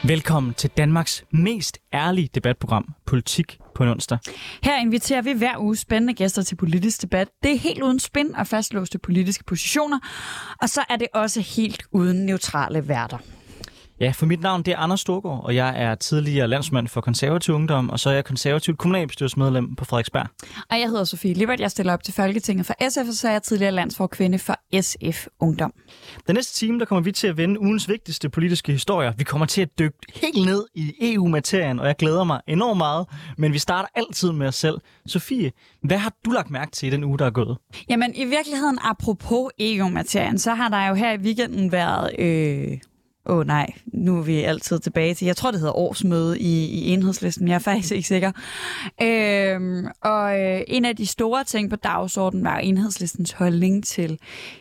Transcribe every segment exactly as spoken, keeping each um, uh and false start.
Velkommen til Danmarks mest ærlige debatprogram, Politik på en onsdag. Her inviterer vi hver uge spændende gæster til politisk debat. Det er helt uden spin og fastlåste politiske positioner, og så er det også helt uden neutrale værter. Ja, for mit navn det er Anders Storgård, og jeg er tidligere landsmand for Konservativ Ungdom, og så er jeg konservativt kommunalbestyrelsesmedlem på Frederiksberg. Og jeg hedder Sofie Lippert, jeg stiller op til Folketinget for S F, og så er jeg tidligere landsforkvinde for S F Ungdom. Den næste time, der kommer vi til at vende ugens vigtigste politiske historier. Vi kommer til at dykke helt ned i E U-materien, og jeg glæder mig enormt meget, men vi starter altid med os selv. Sofie, hvad har du lagt mærke til i den uge, der er gået? Jamen, i virkeligheden, apropos E U-materien, så har der jo her i weekenden været... Øh Åh oh, nej, nu er vi altid tilbage til, jeg tror det hedder årsmøde i, i Enhedslisten, jeg er faktisk ikke sikker. Øhm, og øh, en af de store ting på dagsordenen var Enhedslistens holdning til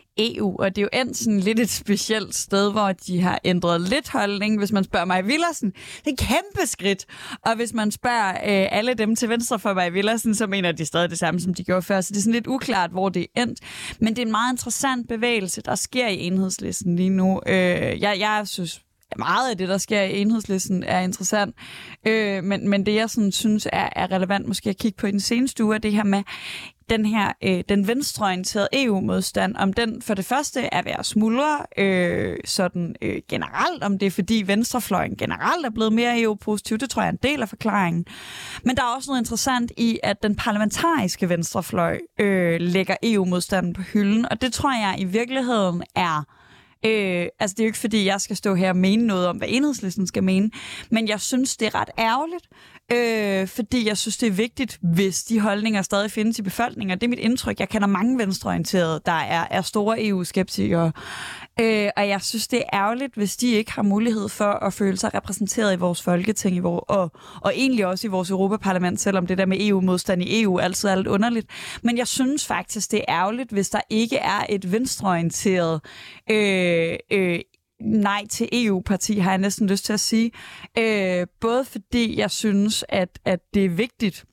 E U, og det er jo endt sådan lidt et specielt sted, hvor de har ændret lidt holdning, hvis man spørger Mai Villadsen. Det er et kæmpe skridt. Og hvis man spørger øh, alle dem til venstre for Mai Villadsen, så mener de stadig det samme, som de gjorde før. Så det er sådan lidt uklart, hvor det er endt. Men det er en meget interessant bevægelse, der sker i Enhedslisten lige nu. Øh, jeg, jeg synes... Meget af det, der sker i Enhedslisten, er interessant. Øh, men, men det, jeg sådan, synes er, er relevant måske at kigge på i den seneste uge, er det her med den her øh, den venstreorienterede E U-modstand. Om den for det første er ved at smuldre øh, sådan øh, generelt, om det er fordi venstrefløjen generelt er blevet mere E U-positiv, det tror jeg er en del af forklaringen. Men der er også noget interessant i, at den parlamentariske venstrefløj øh, lægger E U-modstanden på hylden, og det tror jeg i virkeligheden er... Øh, altså det er jo ikke fordi, jeg skal stå her og mene noget om, hvad Enhedslisten skal mene, men jeg synes, det er ret ærgerligt, øh, fordi jeg synes, det er vigtigt, hvis de holdninger stadig findes i befolkningen, og det er mit indtryk. Jeg kender mange venstreorienterede, der er, er store E U-skeptikere, øh, og jeg synes, det er ærgerligt, hvis de ikke har mulighed for at føle sig repræsenteret i vores folketing, i vores, og, og egentlig også i vores Europaparlament, selvom det der med E U-modstand i E U altid er lidt underligt. Men jeg synes faktisk, det er ærgerligt, hvis der ikke er et venstreorienteret øh, Øh, øh, nej til E U-parti, har jeg næsten lyst til at sige. Øh, både fordi jeg synes, at, at det er vigtigt,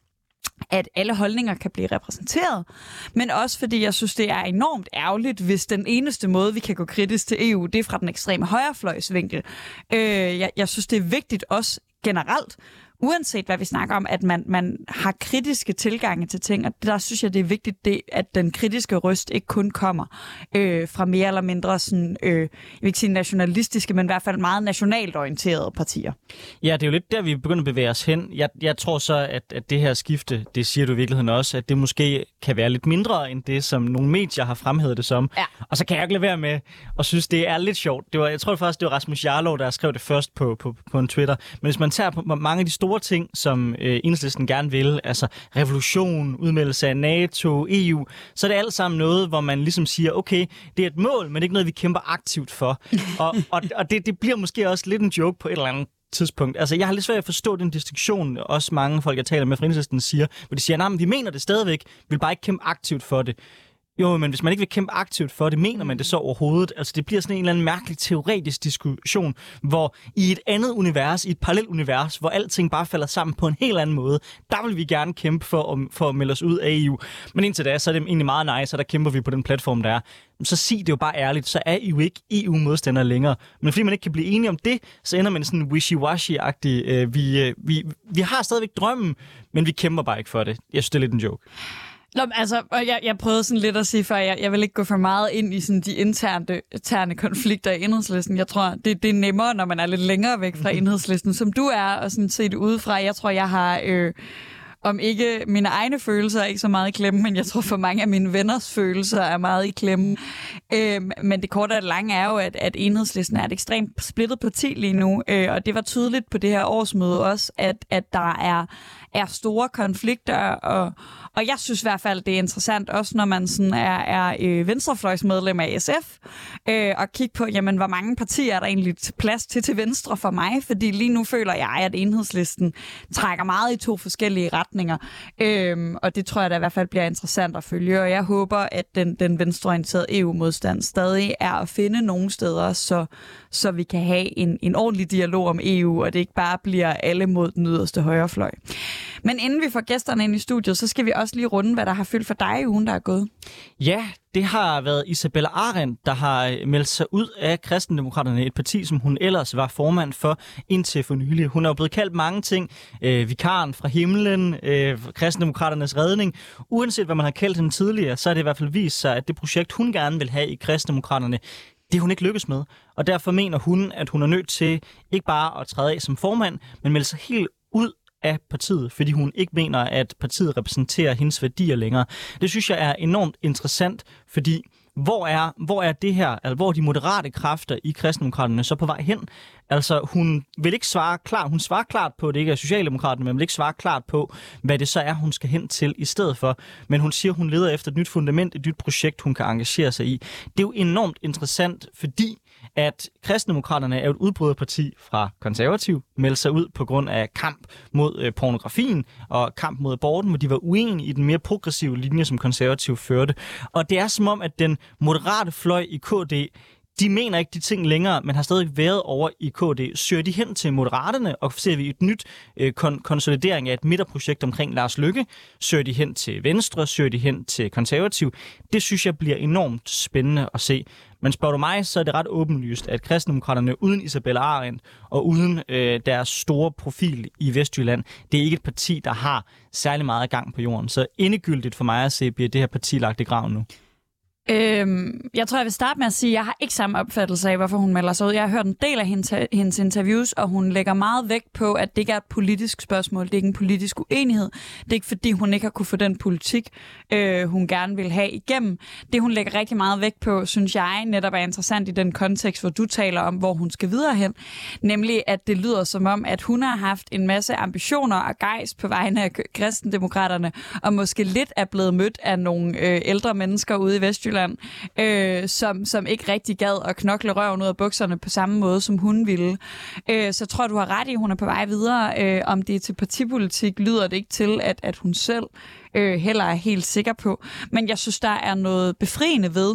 at alle holdninger kan blive repræsenteret, men også fordi jeg synes, det er enormt ærgerligt, hvis den eneste måde, vi kan gå kritisk til E U, det er fra den ekstreme højrefløjsvinkel. Øh, jeg, jeg synes, det er vigtigt også generelt, uanset hvad vi snakker om, at man, man har kritiske tilgange til ting, og der synes jeg, det er vigtigt, det, at den kritiske røst ikke kun kommer øh, fra mere eller mindre sådan, øh, jeg vil ikke sige nationalistiske, men i hvert fald meget nationalt orienterede partier. Ja, det er jo lidt der, vi begynder at bevæge os hen. Jeg, jeg tror så, at, at det her skifte, det siger du i virkeligheden også, at det måske kan være lidt mindre end det, som nogle medier har fremhævet det som. Ja. Og så kan jeg ikke lade være med at synes, det er lidt sjovt. Det var, jeg tror faktisk, det var Rasmus Jarlov, der skrev det først på, på, på en Twitter. Men hvis man tager på mange af de store ting, som øh, Enhedslisten gerne vil, altså revolution, udmeldelse af NATO, E U, så er det alt sammen noget, hvor man ligesom siger, okay, det er et mål, men det er ikke noget, vi kæmper aktivt for. og og, og det, det bliver måske også lidt en joke på et eller andet tidspunkt. Altså, jeg har lidt svært at forstå den distinktion, også mange folk, jeg taler med fra Enhedslisten, siger, hvor de siger, nej, men vi mener det stadigvæk, vi vil bare ikke kæmpe aktivt for det. Jo, men hvis man ikke vil kæmpe aktivt for det, mener man det så overhovedet? Altså, det bliver sådan en eller anden mærkelig teoretisk diskussion, hvor i et andet univers, i et parallelt univers, hvor alting bare falder sammen på en helt anden måde, der vil vi gerne kæmpe for at, for at melde os ud af E U. Men indtil da, så er det egentlig meget nice, og der kæmper vi på den platform, der er. Så sig det jo bare ærligt, så er I jo ikke E U-modstandere længere. Men fordi man ikke kan blive enige om det, så ender man sådan wishy-washy-agtig. Øh, vi, øh, vi, vi har stadigvæk drømmen, men vi kæmper bare ikke for det. Jeg synes, det er lidt en joke. Nå, altså, jeg, jeg prøvede sådan lidt at sige før, jeg, jeg vil ikke gå for meget ind i sådan de interne, interne konflikter i Enhedslisten. Jeg tror, det, det er nemmere, når man er lidt længere væk fra Enhedslisten, som du er, og sådan set udefra. Jeg tror, jeg har... Øh, om ikke mine egne følelser er ikke så meget i klemme, men jeg tror for mange af mine venners følelser er meget i klemme. Øh, men det korte og det lange er jo, at, at Enhedslisten er et ekstremt splittet parti lige nu, øh, og det var tydeligt på det her årsmøde også, at, at der er, er store konflikter, og, og jeg synes i hvert fald, det er interessant, også når man sådan er, er øh, venstrefløjsmedlem af S F, øh, og kigge på, jamen, hvor mange partier er der egentlig plads til til venstre for mig, fordi lige nu føler jeg, at Enhedslisten trækker meget i to forskellige retninger, øh, og det tror jeg da i hvert fald bliver interessant at følge, og jeg håber, at den, den venstreorienterede E U-modstand stadig er at finde nogle steder, så, så vi kan have en, en ordentlig dialog om E U, og det ikke bare bliver alle mod den yderste højrefløj. Men inden vi får gæsterne ind i studiet, så skal vi også lige runde, hvad der har fyldt for dig i ugen, der er gået. Ja, det har været Isabella Arendt, der har meldt sig ud af Kristendemokraterne, et parti, som hun ellers var formand for indtil for nylig. Hun er jo blevet kaldt mange ting. Øh, vikaren fra himlen, øh, Kristendemokraternes redning. Uanset hvad man har kaldt hende tidligere, så er det i hvert fald vist sig, at det projekt, hun gerne vil have i Kristendemokraterne, det er hun ikke lykkes med. Og derfor mener hun, at hun er nødt til ikke bare at træde af som formand, men melde sig helt ud af partiet, fordi hun ikke mener, at partiet repræsenterer hendes værdier længere. Det synes jeg er enormt interessant, fordi hvor er, hvor er det her, altså hvor er de moderate kræfter i Kristendemokraterne så på vej hen? Altså, hun vil ikke svare klart, hun svarer klart på, at det ikke er Socialdemokraterne, men vil ikke svare klart på, hvad det så er, hun skal hen til i stedet for. Men hun siger, hun leder efter et nyt fundament, et nyt projekt, hun kan engagere sig i. Det er jo enormt interessant, fordi at Kristendemokraterne er et udbryderparti fra konservativ, meldte sig ud på grund af kamp mod øh, pornografien og kamp mod aborten, hvor de var uenige i den mere progressive linje, som konservativ førte. Og det er som om, at den moderate fløj i K D, de mener ikke de ting længere, men har stadig været over i K D. Søger de hen til Moderaterne, og ser vi et nyt øh, kon- konsolidering af et midterprojekt omkring Lars Løkke? Søger de hen til Venstre? Søger de hen til Konservativ? Det synes jeg bliver enormt spændende at se. Men spørger du mig, så er det ret åbenlyst, at Kristendemokraterne uden Isabella Arendt og uden øh, deres store profil i Vestjylland, det er ikke et parti, der har særlig meget gang på jorden. Så endegyldigt for mig at se, bliver det her parti lagt i graven nu. Øhm, jeg tror, jeg vil starte med at sige, at jeg har ikke samme opfattelse af, hvorfor hun melder sig ud. Jeg har hørt en del af hendes, hendes interviews, og hun lægger meget vægt på, at det ikke er et politisk spørgsmål. Det er ikke en politisk uenighed. Det er ikke, fordi hun ikke har kunne få den politik, øh, hun gerne vil have igennem. Det, hun lægger rigtig meget vægt på, synes jeg netop er interessant i den kontekst, hvor du taler om, hvor hun skal videre hen. Nemlig, at det lyder som om, at hun har haft en masse ambitioner og gejst på vegne af Kristendemokraterne, og måske lidt er blevet mødt af nogle øh, ældre mennesker ude i Vestjylland, Øh, som, som ikke rigtig gad at knokle røven ud af bukserne på samme måde, som hun ville. Øh, så tror du har ret i, at hun er på vej videre. Øh, om det er til partipolitik, lyder det ikke til, at, at hun selv øh, heller er helt sikker på. Men jeg synes, der er noget befriende ved,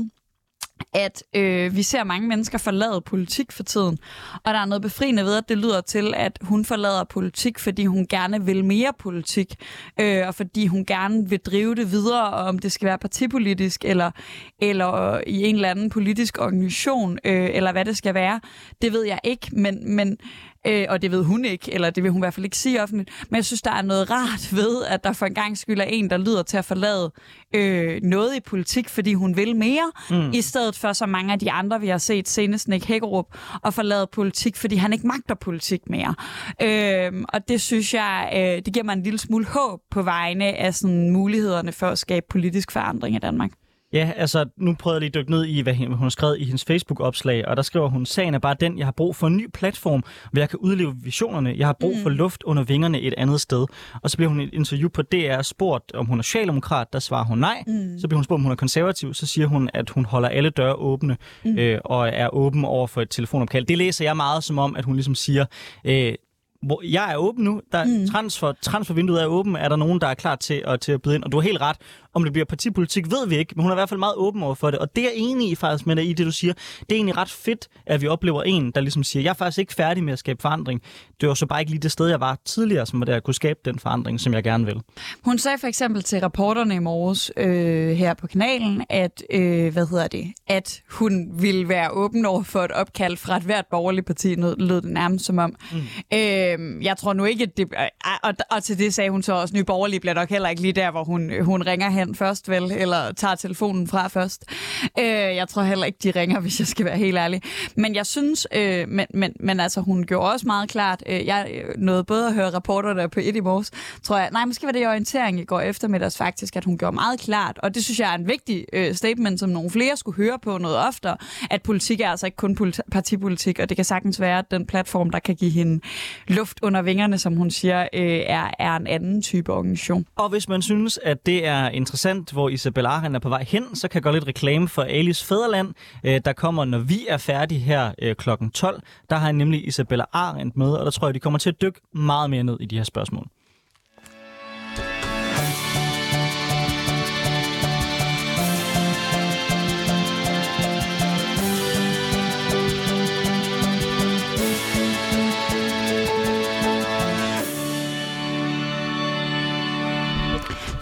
at øh, vi ser mange mennesker forlade politik for tiden. Og der er noget befriende ved, at det lyder til, at hun forlader politik, fordi hun gerne vil mere politik, øh, og fordi hun gerne vil drive det videre, og om det skal være partipolitisk, eller, eller i en eller anden politisk organisation, øh, eller hvad det skal være, det ved jeg ikke, men... men Øh, og det ved hun ikke, eller det vil hun i hvert fald ikke sige offentligt. Men jeg synes, der er noget rart ved, at der for en gang skyld er en, der lyder til at forlade øh, noget i politik, fordi hun vil mere, mm. i stedet for så mange af de andre, vi har set, senest Nick Hækkerup, og forlade politik, fordi han ikke magter politik mere. Øh, og det synes jeg, øh, det giver mig en lille smule håb på vegne af sådan, mulighederne for at skabe politisk forandring i Danmark. Ja, altså nu prøvede jeg lige at dykke ned i, hvad hun har skrevet i hendes Facebook-opslag, og der skriver hun, sagen er bare den, jeg har brug for en ny platform, hvor jeg kan udleve visionerne. Jeg har brug for luft under vingerne et andet sted. Og så bliver hun i et interview på D R spurgt, om hun er socialdemokrat, der svarer hun nej. Mm. Så bliver hun spurgt, om hun er konservativ, så siger hun, at hun holder alle døre åbne, mm. øh, og er åben over for et telefonopkald. Det læser jeg meget som om, at hun ligesom siger... Øh, hvor jeg er åben nu, der mm. transfer, transfervinduet er åben, er der nogen, der er klar til at, til at byde ind, og du har helt ret, om det bliver partipolitik, ved vi ikke, men hun er i hvert fald meget åben over for det, og det er jeg enig i faktisk med dig i det, du siger. Det er egentlig ret fedt, at vi oplever en, der ligesom siger, jeg er faktisk ikke færdig med at skabe forandring. Det var så bare ikke lige det sted, jeg var tidligere, som var der, at kunne skabe den forandring, som jeg gerne vil. Hun sagde for eksempel til reporterne i morges øh, her på kanalen, at, øh, hvad hedder det, at hun ville være åben over for et opkald fra et hvert borgerligt parti, lød det nærmest som om. Mm. Øh, Jeg tror nu ikke, at det... Og, og til det sagde hun så også, at Nye Borgerlige bliver nok heller ikke lige der, hvor hun, hun ringer hen først, vel? Eller tager telefonen fra først. Øh, jeg tror heller ikke, de ringer, hvis jeg skal være helt ærlig. Men jeg synes... Øh, men, men, men altså, hun gjorde også meget klart... Øh, jeg nåede både at høre rapporter der på et i morges, tror jeg. Nej, måske var det i orientering i går eftermiddags faktisk, at hun gjorde meget klart. Og det synes jeg er en vigtig øh, statement, som nogle flere skulle høre på noget oftere. At politik er altså ikke kun partipolitik, og det kan sagtens være, at den platform, der kan give hende luft under vingerne, som hun siger, øh, er, er en anden type organisation. Og hvis man synes, at det er interessant, hvor Isabella Arendt er på vej hen, så kan jeg gøre lidt reklame for Alice Fæderland. Øh, der kommer, når vi er færdige her øh, klokken tolv, der har jeg nemlig Isabella Arendt med, og der tror jeg, de kommer til at dykke meget mere ned i de her spørgsmål.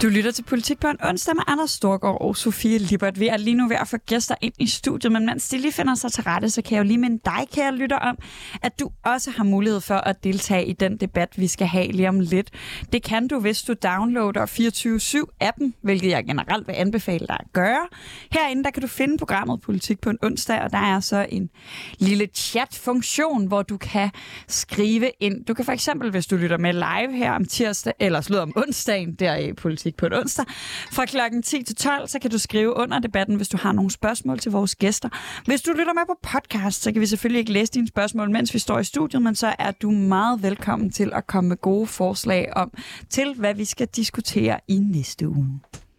Du lytter til Politik på en onsdag med Anders Storgård og Sofie Lippert. Vi er lige nu ved at få gæster ind i studiet, men mens de lige finder sig til rette, så kan jeg jo lige minde dig, kære lytter, om, at du også har mulighed for at deltage i den debat, vi skal have lige om lidt. Det kan du, hvis du downloader fireogtyve syv appen, hvilket jeg generelt vil anbefale dig at gøre. Herinde der kan du finde programmet Politik på en onsdag, og der er så en lille chat-funktion, hvor du kan skrive ind. Du kan for eksempel, hvis du lytter med live her om tirsdag, eller slå om onsdagen, der i Politik på en onsdag, fra klokken ti til tolv, så kan du skrive under debatten, hvis du har nogle spørgsmål til vores gæster. Hvis du lytter med på podcast, så kan vi selvfølgelig ikke læse dine spørgsmål, mens vi står i studiet, men så er du meget velkommen til at komme med gode forslag om, til hvad vi skal diskutere i næste uge.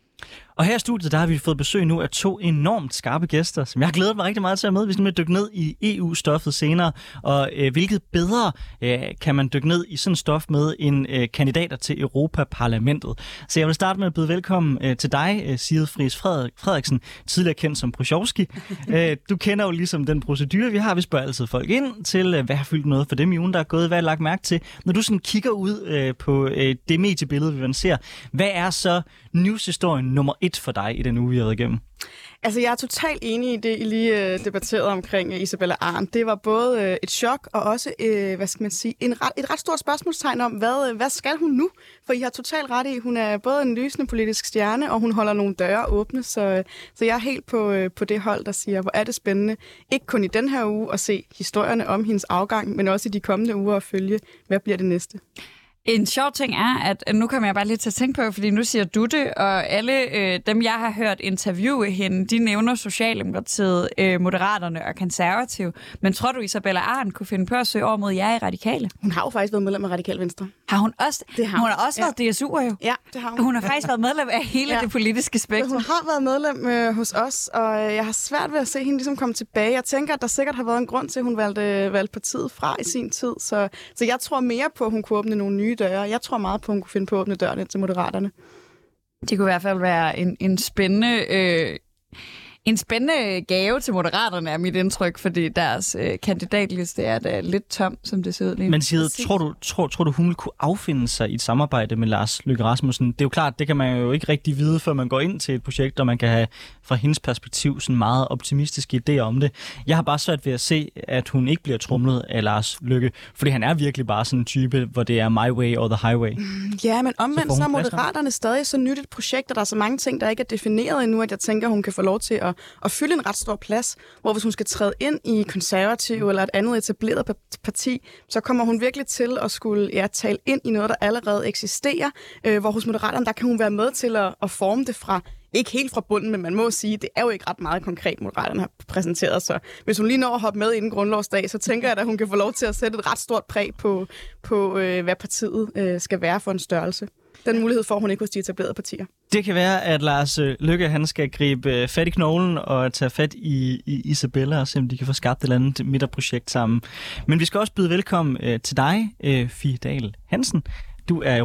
Og her i studiet, der har vi fået besøg nu af to enormt skarpe gæster, som jeg har glædet mig rigtig meget til at møde. Vi skal dykke ned i E U-stoffet senere, og øh, hvilket bedre øh, kan man dykke ned i sådan stof med end øh, kandidater til Europaparlamentet. Så jeg vil starte med at byde velkommen øh, til dig, øh, Sigrid Friis Frederiksen, tidligere kendt som Brusjovski. øh, du kender jo ligesom den procedure, vi har. Vi spørger altid folk ind til, øh, hvad har fyldt noget for dem i ugen, der er gået, hvad har lagt mærke til. Når du sådan kigger ud øh, på øh, det mediebillede, vi ser, hvad er så newshistorien nummer et for dig i den uge, vi har været igennem? Altså, jeg er totalt enig i det, I lige øh, debatterede omkring uh, Isabella Arendt. Det var både øh, et chok og også, øh, hvad skal man sige, en ret, et ret stort spørgsmålstegn om, hvad, øh, hvad skal hun nu? For I har totalt ret i, hun er både en lysende politisk stjerne, og hun holder nogle døre åbne, så, øh, så jeg er helt på, øh, på det hold, der siger, hvor er det spændende, ikke kun i den her uge at se historierne om hendes afgang, men også i de kommende uger at følge, hvad bliver det næste? En sjov ting er, at nu kommer jeg bare lidt til at tænke på, fordi nu siger du det, og alle øh, dem, jeg har hørt interviewe hende, de nævner Socialdemokratiet, øh, Moderaterne og Konservative. Men tror du, Isabella Arendt kunne finde på at søge over mod jer i Radikale? Hun har jo faktisk været medlem af Radikal Venstre. Har hun også? Det har hun. Hun har også ja. været D S U'er jo. Ja, det har hun. Hun har faktisk været medlem af hele ja. det politiske spektrum. Hun har været medlem øh, hos os, og jeg har svært ved at se hende ligesom komme tilbage. Jeg tænker, at der sikkert har været en grund til, at hun valgte, valgte partiet fra i sin tid. Så, så jeg tror mere på, at hun kunne åbne nogle nye døre. Jeg tror meget på, at hun kunne finde på at åbne dørene til Moderaterne. Det kunne i hvert fald være en, en spændende... Øh En spændende gave til Moderaterne er mit indtryk, fordi deres øh, kandidatliste er da lidt tom, som det ser ud lige. Men Sigrid, tror du, tror, tror du, hun ville kunne affinde sig i et samarbejde med Lars Løkke Rasmussen? Det er jo klart, det kan man jo ikke rigtig vide, før man går ind til et projekt, og man kan have fra hendes perspektiv sådan meget optimistiske idéer om det. Jeg har bare svært ved at se, at hun ikke bliver tromlet af Lars Løkke, fordi han er virkelig bare sådan en type, hvor det er my way or the highway. Ja, men omvendt så, så er Moderaterne stadig så nyt et projekt, og der er så mange ting, der ikke er defineret endnu, at jeg tænker, hun kan få lov til at og fylde en ret stor plads, hvor hvis hun skal træde ind i Konservative eller et andet etableret parti, så kommer hun virkelig til at skulle ja, tale ind i noget, der allerede eksisterer, øh, hvor hos Moderaterne, der kan hun være med til at, at forme det fra, ikke helt fra bunden, men man må sige, det er jo ikke ret meget konkret, Moderaterne har præsenteret, så hvis hun lige når at hoppe med inden grundlovsdag, så tænker jeg, at hun kan få lov til at sætte et ret stort præg på, på øh, hvad partiet øh, skal være for en størrelse. Den mulighed får hun ikke hos de etablerede partier. Det kan være, at Lars Løkke han skal gribe fat i knoglen og tage fat i, i Isabella og se, om de kan få skabt et eller andet midterprojekt sammen. Men vi skal også byde velkommen øh, til dig, øh, Fie Dahl Hansen. Du er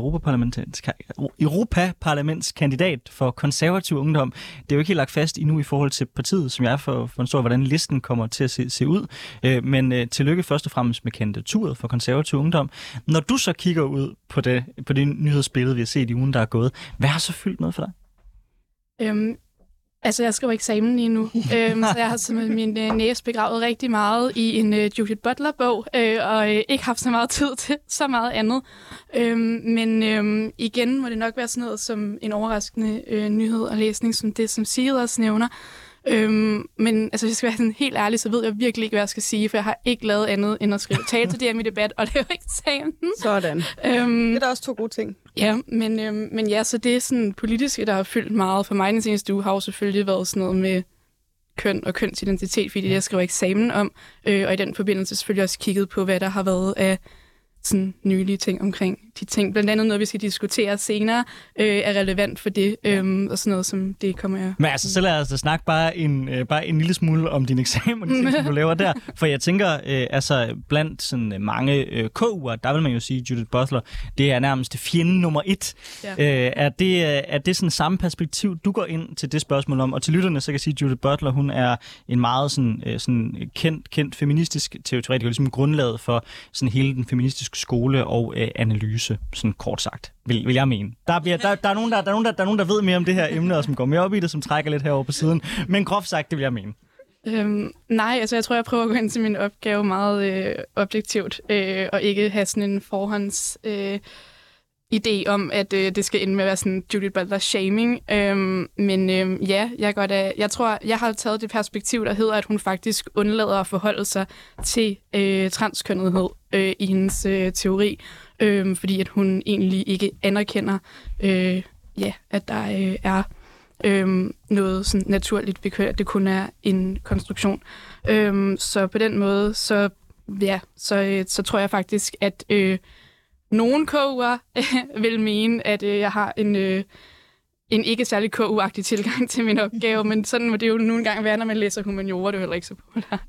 Europaparlamentskandidat for Konservativ Ungdom. Det er jo ikke helt lagt fast endnu i forhold til partiet, som jeg for, forstår, hvordan listen kommer til at se, se ud. Øh, men øh, tillykke først og fremmest med kandidaturet for Konservativ Ungdom. Når du så kigger ud på det, på det nyhedsbillede, vi har set i ugen, der er gået, hvad har så fyldt noget for dig? Øhm, altså, jeg skriver eksamen lige nu, øhm, så jeg har simpelthen min øh, næse begravet rigtig meget i en øh, Judith Butler-bog, øh, og øh, ikke haft så meget tid til så meget andet. Øhm, men øhm, igen må det nok være sådan noget som en overraskende øh, nyhed og læsning, som det, som Sigrid også nævner. Øhm, men altså, hvis jeg skal være sådan helt ærlig, så ved jeg virkelig ikke, hvad jeg skal sige, for jeg har ikke lavet andet end at skrive tale til D M i debat, og det er jo eksamen. Sådan. Øhm, det er da også to gode ting. Ja, men, øhm, men ja, så det er sådan politiske, der har fyldt meget. For mig den seneste uge har jo selvfølgelig været sådan noget med køn og kønsidentitet, fordi det jeg skriver eksamen om, øh, og i den forbindelse selvfølgelig også kigget på, hvad der har været af sådan nylige ting omkring de ting. Blandt andet noget, vi skal diskutere senere, øh, er relevant for det, øh, og sådan noget, som det kommer jeg... Men altså, så lad os da snakke bare en, øh, bare en lille smule om din eksamen, og de ting, du laver der. For jeg tænker, øh, altså, blandt sådan mange øh, K U'er, der vil man jo sige, Judith Butler, det er nærmest fjende nummer et. Ja. Øh, er, det, er det sådan samme perspektiv, du går ind til det spørgsmål om? Og til lytterne, så kan jeg sige, at Judith Butler, hun er en meget sådan, øh, sådan kendt, kendt feministisk teoretiker, ligesom grundlaget for sådan hele den feministiske skole og øh, analyse. bøsse, sådan kort sagt, vil, vil jeg mene. Der, bliver, der, der, er nogen, der, der, er nogen, der, der er nogen, der ved mere om det her emne, og som går mere op i det, som trækker lidt herover på siden. Men groft sagt, det vil jeg mene. Øhm, nej, altså jeg tror, jeg prøver at gå ind til min opgave meget øh, objektivt, øh, og ikke have sådan en forhånds øh, idé om, at øh, det skal ende med at være sådan Judith Butler shaming. Øhm, men øh, ja, jeg, godt, at, jeg tror, jeg har taget det perspektiv, der hedder, at hun faktisk undlader at forholde sig til øh, transkønnethed øh, i hendes øh, teori, øh, fordi at hun egentlig ikke anerkender, øh, ja, at der øh, er Øhm, noget sådan naturligt ved køn, at det kun er en konstruktion. Øhm, så på den måde, så, ja, så, øh, så tror jeg faktisk, at øh, nogen K U'er øh, vil mene, at øh, jeg har en, øh, en ikke særlig K U-agtig tilgang til min opgave, men sådan må det jo nogle gange være, når man læser humaniora, det er jo heller ikke så populært.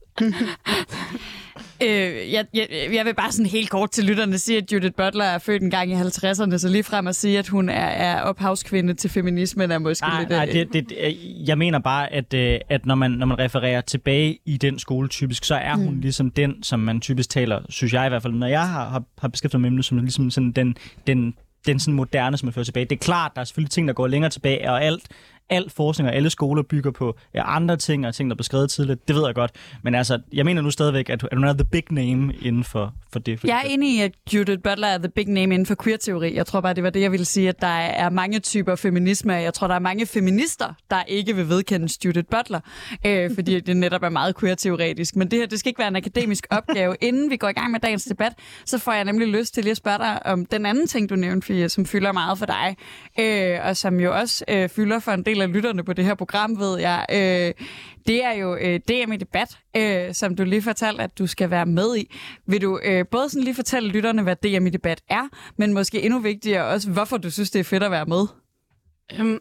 Øh, jeg, jeg, jeg vil bare sådan helt kort til lytterne sige, at Judith Butler er født en gang i halvtredserne, så lige frem at sige, at hun er, er ophavskvinde til feminismen, er måske nej, lidt... Nej, det, det, jeg mener bare, at, at når, man, når man refererer tilbage i den skole typisk, så er hun mm. ligesom den, som man typisk taler, synes jeg i hvert fald, når jeg har, har, har beskæftiget mig med emnet, som ligesom sådan den, den, den sådan moderne, som man fører tilbage. Det er klart, der er selvfølgelig ting, der går længere tilbage, og alt Al forskning og alle skoler bygger på ja, andre ting og ting, der er beskrevet tidligt. Det ved jeg godt. Men altså, jeg mener nu stadigvæk, at hun er the big name inden for, for det. For jeg er enig i, at Judith Butler er the big name inden for queer-teori. Jeg tror bare, det var det, jeg ville sige, at der er mange typer feminisme. Jeg tror, der er mange feminister, der ikke vil vedkendes Judith Butler, øh, fordi det netop er meget queer-teoretisk. Men det her, det skal ikke være en akademisk opgave. Inden vi går i gang med dagens debat, så får jeg nemlig lyst til lige at spørge dig om den anden ting, du nævnte, Fie, som fylder meget for dig, øh, og som jo også øh, fylder for en del af lytterne på det her program, ved jeg. Øh, det er jo øh, D M i debat, øh, som du lige fortalte, at du skal være med i. Vil du øh, både sådan lige fortælle lytterne, hvad D M i debat er, men måske endnu vigtigere også, hvorfor du synes, det er fedt at være med? Um,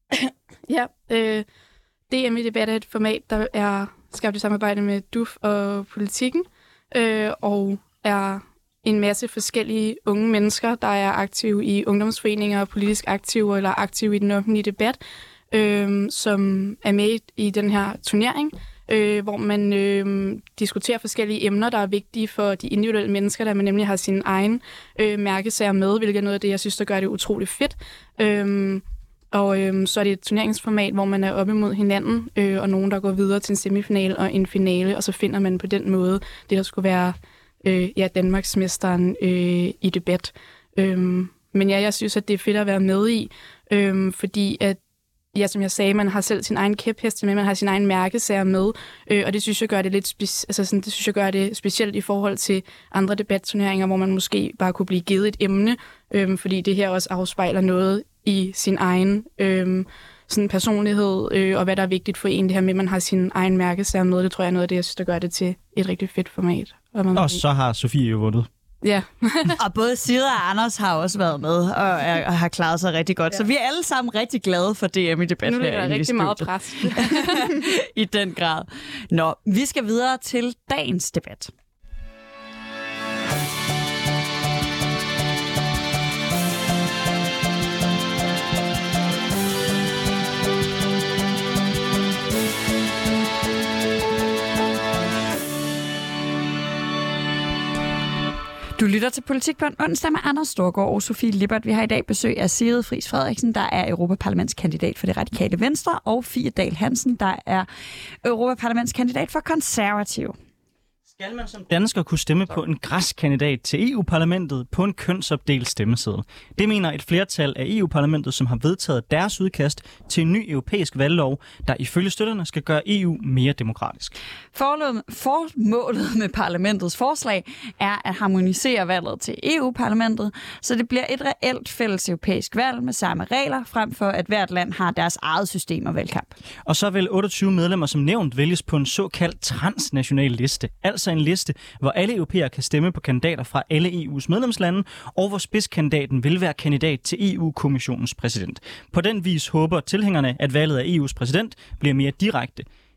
ja, øh, D M i debat er et format, der er skabt i samarbejde med D U F og Politikken, øh, og er en masse forskellige unge mennesker, der er aktive i ungdomsforeninger, politisk aktive eller aktive i den offentlige debat, øh, som er med i den her turnering, øh, hvor man øh, diskuterer forskellige emner, der er vigtige for de individuelle mennesker, der man nemlig har sin egen øh, mærkesager med, hvilket er noget af det, jeg synes, der gør det utroligt fedt. Øh, og øh, så er det et turneringsformat, hvor man er oppe mod hinanden, øh, og nogen, der går videre til en semifinal og en finale, og så finder man på den måde det, der skulle være øh, ja, Danmarksmesteren øh, i debat. Øh, men ja, jeg synes, at det er fedt at være med i, øh, fordi at ja, som jeg sagde, man har selv sin egen kæpheste med, man har sin egen mærkesager med, øh, og det synes jeg gør det lidt speci- altså sådan, det synes jeg gør det specielt i forhold til andre debatturneringer, hvor man måske bare kunne blive givet et emne, øh, fordi det her også afspejler noget i sin egen øh, sådan personlighed, øh, og hvad der er vigtigt for en, det her med, at man har sin egen mærkesager med. Det tror jeg er noget af det, jeg synes, der gør det til et rigtig fedt format. Og, og så har Sofie jo vundet. Ja. Og både Sira og Anders har også været med og, er, og har klaret sig rigtig godt. Ja. Så vi er alle sammen rigtig glade for D M i debat. Nu er der rigtig meget pres. I den grad. Nå, vi skal videre til dagens debat. Du lytter til Politik på en onsdag med Anders Storgård og Sofie Lippert. Vi har i dag besøg af Sigrid Friis Frederiksen, der er europaparlamentskandidat for Det Radikale Venstre, og Fie Dahl Hansen, der er europaparlamentskandidat for Konservative. Skal man som dansker kunne stemme på en græsk kandidat til E U-parlamentet på en kønsopdelt stemmeseddel? Det mener et flertal af E U-parlamentet, som har vedtaget deres udkast til en ny europæisk valglov, der ifølge støtterne skal gøre E U mere demokratisk. Formålet med parlamentets forslag er at harmonisere valget til E U-parlamentet, så det bliver et reelt fælles europæisk valg med samme regler, frem for at hvert land har deres eget system og valgkamp. Og så vil otteogtyve medlemmer som nævnt vælges på en såkaldt transnational liste, altså en liste, hvor alle europæere kan stemme på kandidater fra alle E U's medlemslande, og hvor spidskandidaten vil være kandidat til E U-kommissionens præsident. På den vis håber tilhængerne, at valget af E U's præsident bliver mere direkte.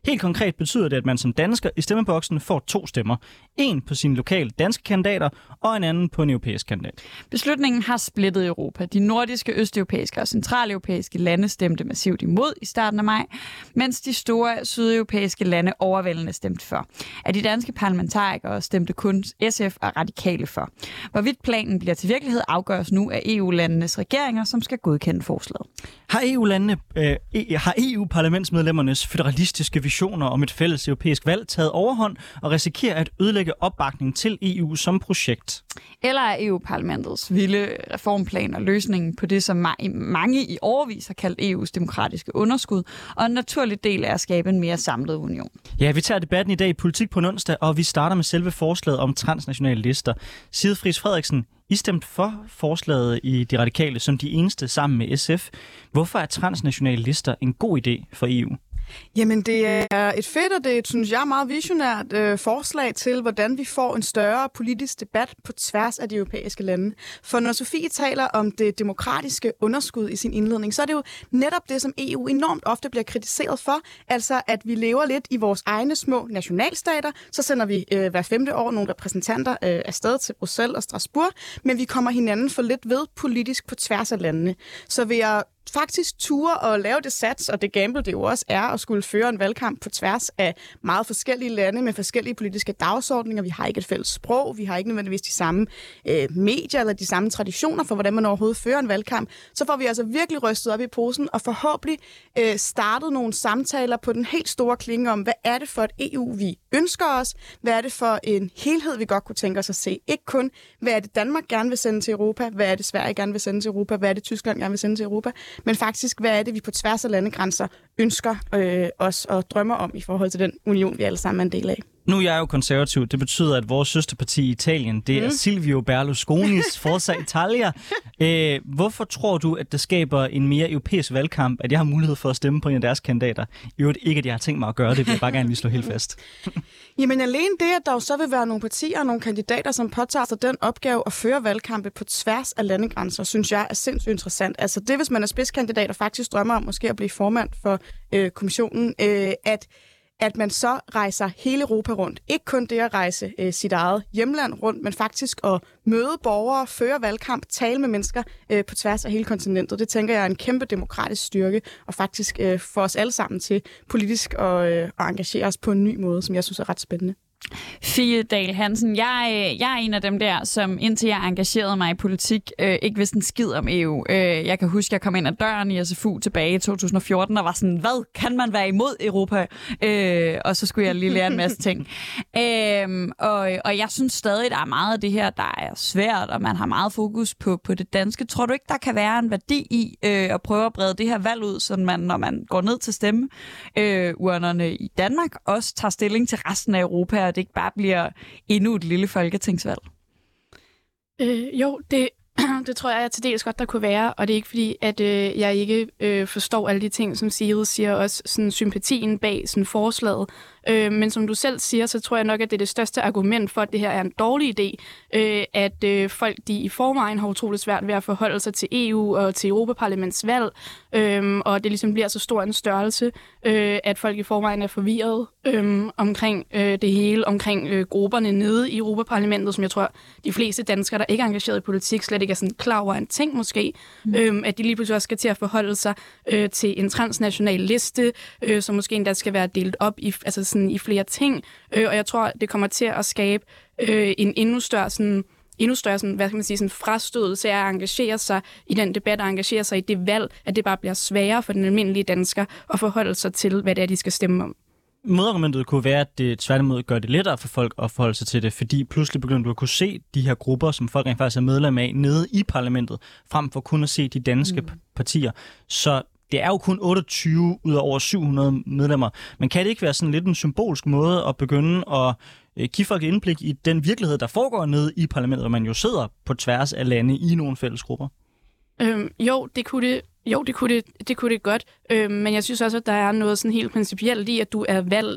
Helt konkret betyder det, at man som dansker i stemmeboksen får to stemmer. En på sine lokale danske kandidater, og en anden på en europæisk kandidat. Beslutningen har splittet Europa. De nordiske, østeuropæiske og centraleuropæiske lande stemte massivt imod i starten af maj, mens de store sydeuropæiske lande overvældende stemte for. Af de danske parlamentarikere stemte kun S F og Radikale for. Hvorvidt planen bliver til virkelighed afgøres nu af E U-landenes regeringer, som skal godkende forslaget. Har E U-landene, øh, har E U-parlamentsmedlemmernes føderalistiske visioner om et fælles europæisk valg taget overhånd og risikerer at ødelægge opbakning til E U som projekt? Eller er E U-parlamentets vilde reformplaner løsningen på det, som mange i årevis har kaldt E U's demokratiske underskud, og en naturlig del af at skabe en mere samlet union? Ja, vi tager debatten i dag i Politik på en onsdag, og vi starter med selve forslaget om transnationale lister. Sigrid Friis Frederiksen, I stemte for forslaget i De Radikale som de eneste sammen med S F. Hvorfor er transnationale lister en god idé for E U? Jamen, det er et fedt, og det er et, synes jeg, meget visionært øh, forslag til, hvordan vi får en større politisk debat på tværs af de europæiske lande. For når Sofie taler om det demokratiske underskud i sin indledning, så er det jo netop det, som E U enormt ofte bliver kritiseret for. Altså, at vi lever lidt i vores egne små nationalstater. Så sender vi øh, hver femte år nogle repræsentanter øh, afsted til Bruxelles og Strasbourg, men vi kommer hinanden for lidt ved politisk på tværs af landene. Så ved at faktisk ture og lave det sats, og det gamble det jo også er at skulle føre en valgkamp på tværs af meget forskellige lande med forskellige politiske dagsordninger. Vi har ikke et fælles sprog, vi har ikke nødvendigvis de samme øh, medier eller de samme traditioner for, hvordan man overhovedet fører en valgkamp. Så får vi altså virkelig rystet op i posen og forhåbentlig øh, startet nogle samtaler på den helt store klinge om, hvad er det for et E U, vi ønsker os? Hvad er det for en helhed, vi godt kunne tænke os at se? Ikke kun, hvad er det Danmark gerne vil sende til Europa? Hvad er det Sverige gerne vil sende til Europa? Hvad er det Tyskland gerne vil sende til Europa? Men faktisk, hvad er det, vi på tværs af landegrænser ønsker øh, os og drømmer om i forhold til den union, vi alle sammen er en del af? Nu er jeg jo konservativ. Det betyder, at vores søsterparti i Italien, det er mm. Silvio Berlusconis Forza Italia. Æh, hvorfor tror du, at det skaber en mere europæisk valgkamp, at jeg har mulighed for at stemme på en af deres kandidater? I øvrigt ikke, at jeg har tænkt mig at gøre det, vil jeg bare gerne lige slå helt fast. Jamen alene det, at der jo så vil være nogle partier og nogle kandidater, som påtager sig den opgave at føre valgkampe på tværs af landegrænser, synes jeg er sindssygt interessant. Altså det, hvis man er spidskandidat og faktisk drømmer om måske at blive formand for øh, kommissionen, øh, at at man så rejser hele Europa rundt. Ikke kun det at rejse øh, sit eget hjemland rundt, men faktisk at møde borgere, føre valgkamp, tale med mennesker øh, på tværs af hele kontinentet. Det tænker jeg er en kæmpe demokratisk styrke, og faktisk øh, får os alle sammen til politisk at, øh, at engagere os på en ny måde, som jeg synes er ret spændende. Fie Dahl Hansen, jeg, jeg er en af dem der, som indtil jeg engagerede mig i politik, øh, ikke vidste en skid om E U. Øh, jeg kan huske, at jeg kom ind ad døren i S F U tilbage i to tusind og fjorten og var sådan, hvad kan man være imod Europa? Øh, og så skulle jeg lige lære en masse ting. Øh, og, og jeg synes stadig, der er meget af det her, der er svært, og man har meget fokus på, på det danske. Tror du ikke, der kan være en værdi i øh, at prøve at brede det her valg ud, så man, når man går ned til stemmeurnerne øh, i Danmark, også tager stilling til resten af Europa, det ikke bare bliver endnu et lille folketingsvalg? Øh, jo, det, det tror jeg, jeg til dels godt, der kunne være, og det er ikke fordi, at øh, jeg ikke øh, forstår alle de ting, som Sigrid siger, også sådan sympatien bag sådan forslaget. Øh, men som du selv siger, så tror jeg nok, at det er det største argument for, at det her er en dårlig idé, øh, at øh, folk, de i forvejen har utroligt svært ved at forholde sig til E U og til Europaparlamentsvalg, øh, og det ligesom bliver så stor en størrelse, øh, at folk i forvejen er forvirret øh, omkring øh, det hele, omkring øh, grupperne nede i Europaparlamentet, som jeg tror, de fleste danskere, der ikke er engageret i politik, slet ikke er sådan klar over en ting måske, mm. øh, at de lige pludselig også skal til at forholde sig øh, til en transnational liste, øh, som måske endda skal være delt op i, altså sådan i flere ting, øh, og jeg tror, det kommer til at skabe øh, en endnu større sådan, endnu større sådan, hvad skal man sige, sådan frastødelse af at engagere sig i den debat og engagere sig i det valg, at det bare bliver sværere for den almindelige dansker at forholde sig til, hvad det er, de skal stemme om. Modargumentet kunne være, at det tværtimod gør det lettere for folk at forholde sig til det, fordi pludselig begynder du at kunne se de her grupper, som folk rent faktisk er medlem af, nede i parlamentet, frem for kun at se de danske mm. partier. Så det er jo kun otteogtyve ud af over syv hundrede medlemmer. Men kan det ikke være sådan lidt en symbolsk måde at begynde at give folk indblik i den virkelighed, der foregår nede i parlamentet, hvor man jo sidder på tværs af lande i nogle fælles grupper? Øhm, jo, det kunne det. Jo, det kunne det, det, kunne det godt, øhm, men jeg synes også, at der er noget sådan helt principielt i, at du er valgt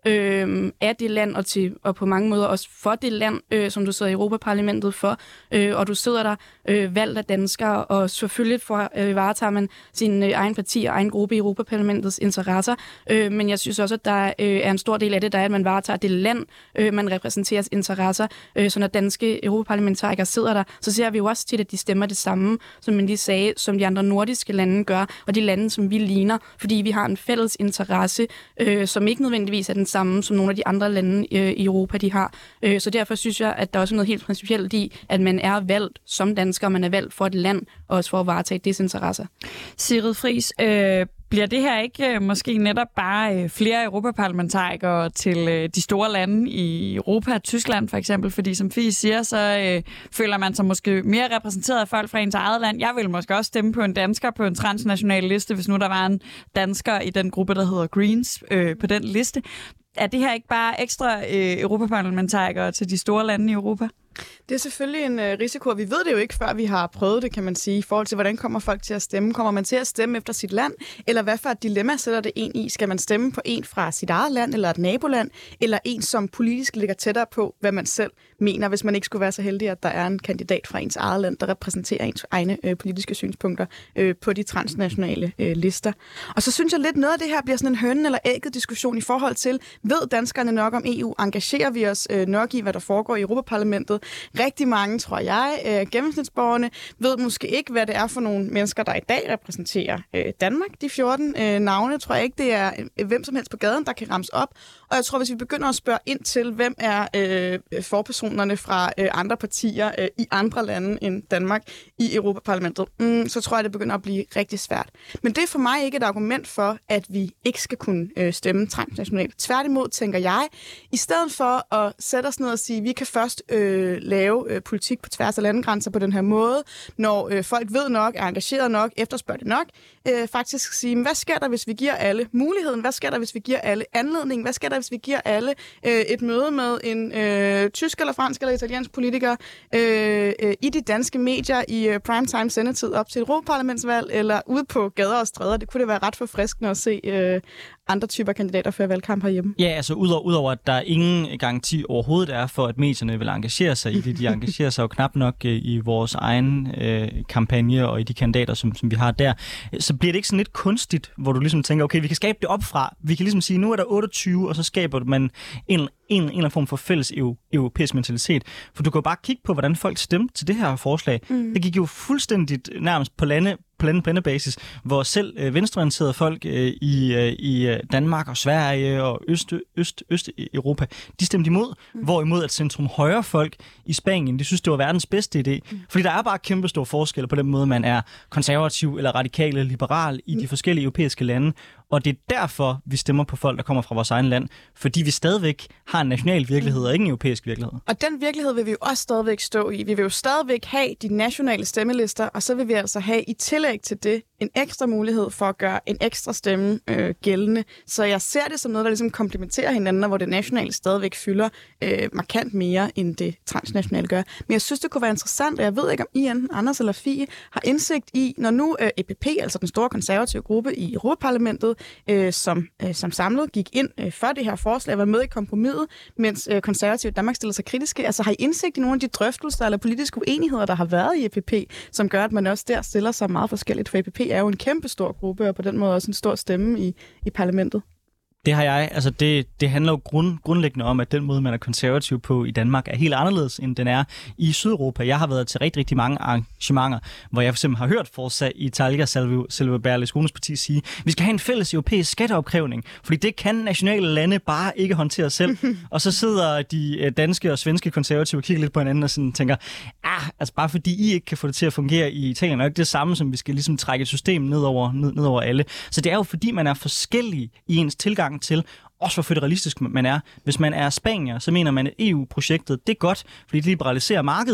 øh, af det land, og, til, og på mange måder også for det land, øh, som du sidder i Europaparlamentet for, øh, og du sidder der øh, valgt af danskere, og selvfølgelig for, øh, varetager man sin øh, egen parti og egen gruppe i Europaparlamentets interesser, øh, men jeg synes også, at der øh, er en stor del af det, der er, at man varetager det land, øh, man repræsenteres interesser, øh, så når danske europaparlamentarikere sidder der, så ser vi jo også til, at de stemmer det samme, som man lige sagde, som de andre nordiske lande gør, og de lande, som vi ligner, fordi vi har en fælles interesse, øh, som ikke nødvendigvis er den samme, som nogle af de andre lande øh, i Europa, de har. Øh, så derfor synes jeg, at der også er noget helt principielt i, at man er valgt som dansker, man er valgt for et land, og også for at varetage dets interesser. Sigrid Friis, øh, bliver det her ikke øh, måske netop bare øh, flere europaparlamentarikere til øh, de store lande i Europa, Tyskland for eksempel? Fordi som Fie siger, så øh, føler man sig måske mere repræsenteret af folk fra ens eget land. Jeg vil måske også stemme på en dansker på en transnational liste, hvis nu der var en dansker i den gruppe, der hedder Greens øh, på den liste. Er det her ikke bare ekstra øh, europaparlamentarikere til de store lande i Europa? Det er selvfølgelig en øh, risiko, og vi ved det jo ikke, før vi har prøvet det, kan man sige, i forhold til, hvordan kommer folk til at stemme. Kommer man til at stemme efter sit land, eller hvad for et dilemma sætter det en i? Skal man stemme på en fra sit eget land, eller et naboland, eller en, som politisk ligger tættere på, hvad man selv mener, hvis man ikke skulle være så heldig, at der er en kandidat fra ens eget land, der repræsenterer ens egne øh, politiske synspunkter øh, på de transnationale øh, lister. Og så synes jeg lidt, noget af det her bliver sådan en hønen eller ægget diskussion i forhold til, ved danskerne nok om E U? Engagerer vi os øh, nok i, hvad der foregår i Europaparlamentet? Rigtig mange, tror jeg, øh, gennemsnitsborgerne ved måske ikke, hvad det er for nogle mennesker, der i dag repræsenterer øh, Danmark. De fjorten øh, navne, tror jeg ikke, det er øh, hvem som helst på gaden, der kan ramse op. Og jeg tror, hvis vi begynder at spørge ind til, hvem er øh, forpersonerne fra øh, andre partier øh, i andre lande end Danmark i Europaparlamentet, mm, så tror jeg, det begynder at blive rigtig svært. Men det er for mig ikke et argument for, at vi ikke skal kunne øh, stemme transnationalt. Tværtimod, tænker jeg, i stedet for at sætte os ned og sige, at vi kan først øh, lave øh, politik på tværs af landegrænser på den her måde, når øh, folk ved nok, er engageret nok, efterspørger det nok, øh, faktisk sige, hvad sker der, hvis vi giver alle muligheden? Hvad sker der, hvis vi giver alle anledning? Hvad sker der, hvis vi giver alle øh, et møde med en øh, tysk eller fransk eller italiensk politiker øh, øh, i de danske medier i øh, primetime sendetid op til et europaparlamentsvalg eller ude på gader og stræder? Det kunne det være ret forfriskende at se øh, andre typer kandidater før valgkamp herhjemme. Ja, altså udover, udover at der ingen garanti overhovedet er for, at medierne vil engagere sig i det. De engagerer sig jo knap nok øh, i vores egen øh, kampagne og i de kandidater, som, som vi har der. Så bliver det ikke sådan lidt kunstigt, hvor du ligesom tænker, okay, vi kan skabe det op fra. Vi kan ligesom sige, nu er der otteogtyve, og så skaber man en, en, en eller anden form for fælles europæisk mentalitet. For du kan jo bare kigge på, hvordan folk stemte til det her forslag. Mm. Det gik jo fuldstændigt nærmest på lande på landebasis, hvor selv øh, venstreorienterede folk øh, i, øh, i Danmark og Sverige og Øst, Øst, Øst-Europa, de stemte imod, mm. hvorimod at centrum-højre folk i Spanien, de synes, det var verdens bedste idé. Mm. Fordi der er bare kæmpe stor forskel på den måde, man er konservativ eller radikal eller liberal i mm. de forskellige europæiske lande. Og det er derfor, vi stemmer på folk, der kommer fra vores egen land. Fordi vi stadigvæk har en national virkelighed og ikke en europæisk virkelighed. Og den virkelighed vil vi jo også stadigvæk stå i. Vi vil jo stadigvæk have de nationale stemmelister, og så vil vi altså have i tillæg til det en ekstra mulighed for at gøre en ekstra stemme øh, gældende. Så jeg ser det som noget, der ligesom komplementerer hinanden, og hvor det nationale stadigvæk fylder øh, markant mere, end det transnationale gør. Men jeg synes, det kunne være interessant, og jeg ved ikke, om I enten Anders eller Fie har indsigt i, når nu øh, E P P, altså den store konservative gruppe i Europaparlamentet, øh, som, øh, som samlet gik ind øh, for det her forslag, var med i kompromiset, mens øh, konservative Danmark stiller sig kritiske. Altså har I indsigt i nogle af de drøftelser eller politiske uenigheder, der har været i E P P, som gør, at man også der stiller sig meget forskelligt? For E P P er jo en kæmpe stor gruppe, og på den måde også en stor stemme i, i parlamentet. Det har jeg. Altså det, det handler jo grund, grundlæggende om, at den måde, man er konservativ på i Danmark, er helt anderledes, end den er i Sydeuropa. Jeg har været til rigtig, rigtig mange arrangementer, hvor jeg for eksempel har hørt Forza Italia, Silvio Berlusconis parti, sige, vi skal have en fælles europæisk skatteopkrævning, fordi det kan nationale lande bare ikke håndtere selv. Og så sidder de danske og svenske konservative og kigger lidt på hinanden og sådan tænker, ah, altså bare fordi I ikke kan få det til at fungere i Italien, er ikke det samme, som vi skal ligesom trække et system ned over, ned, ned over alle. Så det er jo fordi, man er forskellig i ens tilgang til, også hvor føderalistisk man er. Hvis man er spanier, så mener man, at E U-projektet det er godt, fordi det liberaliserer markedet.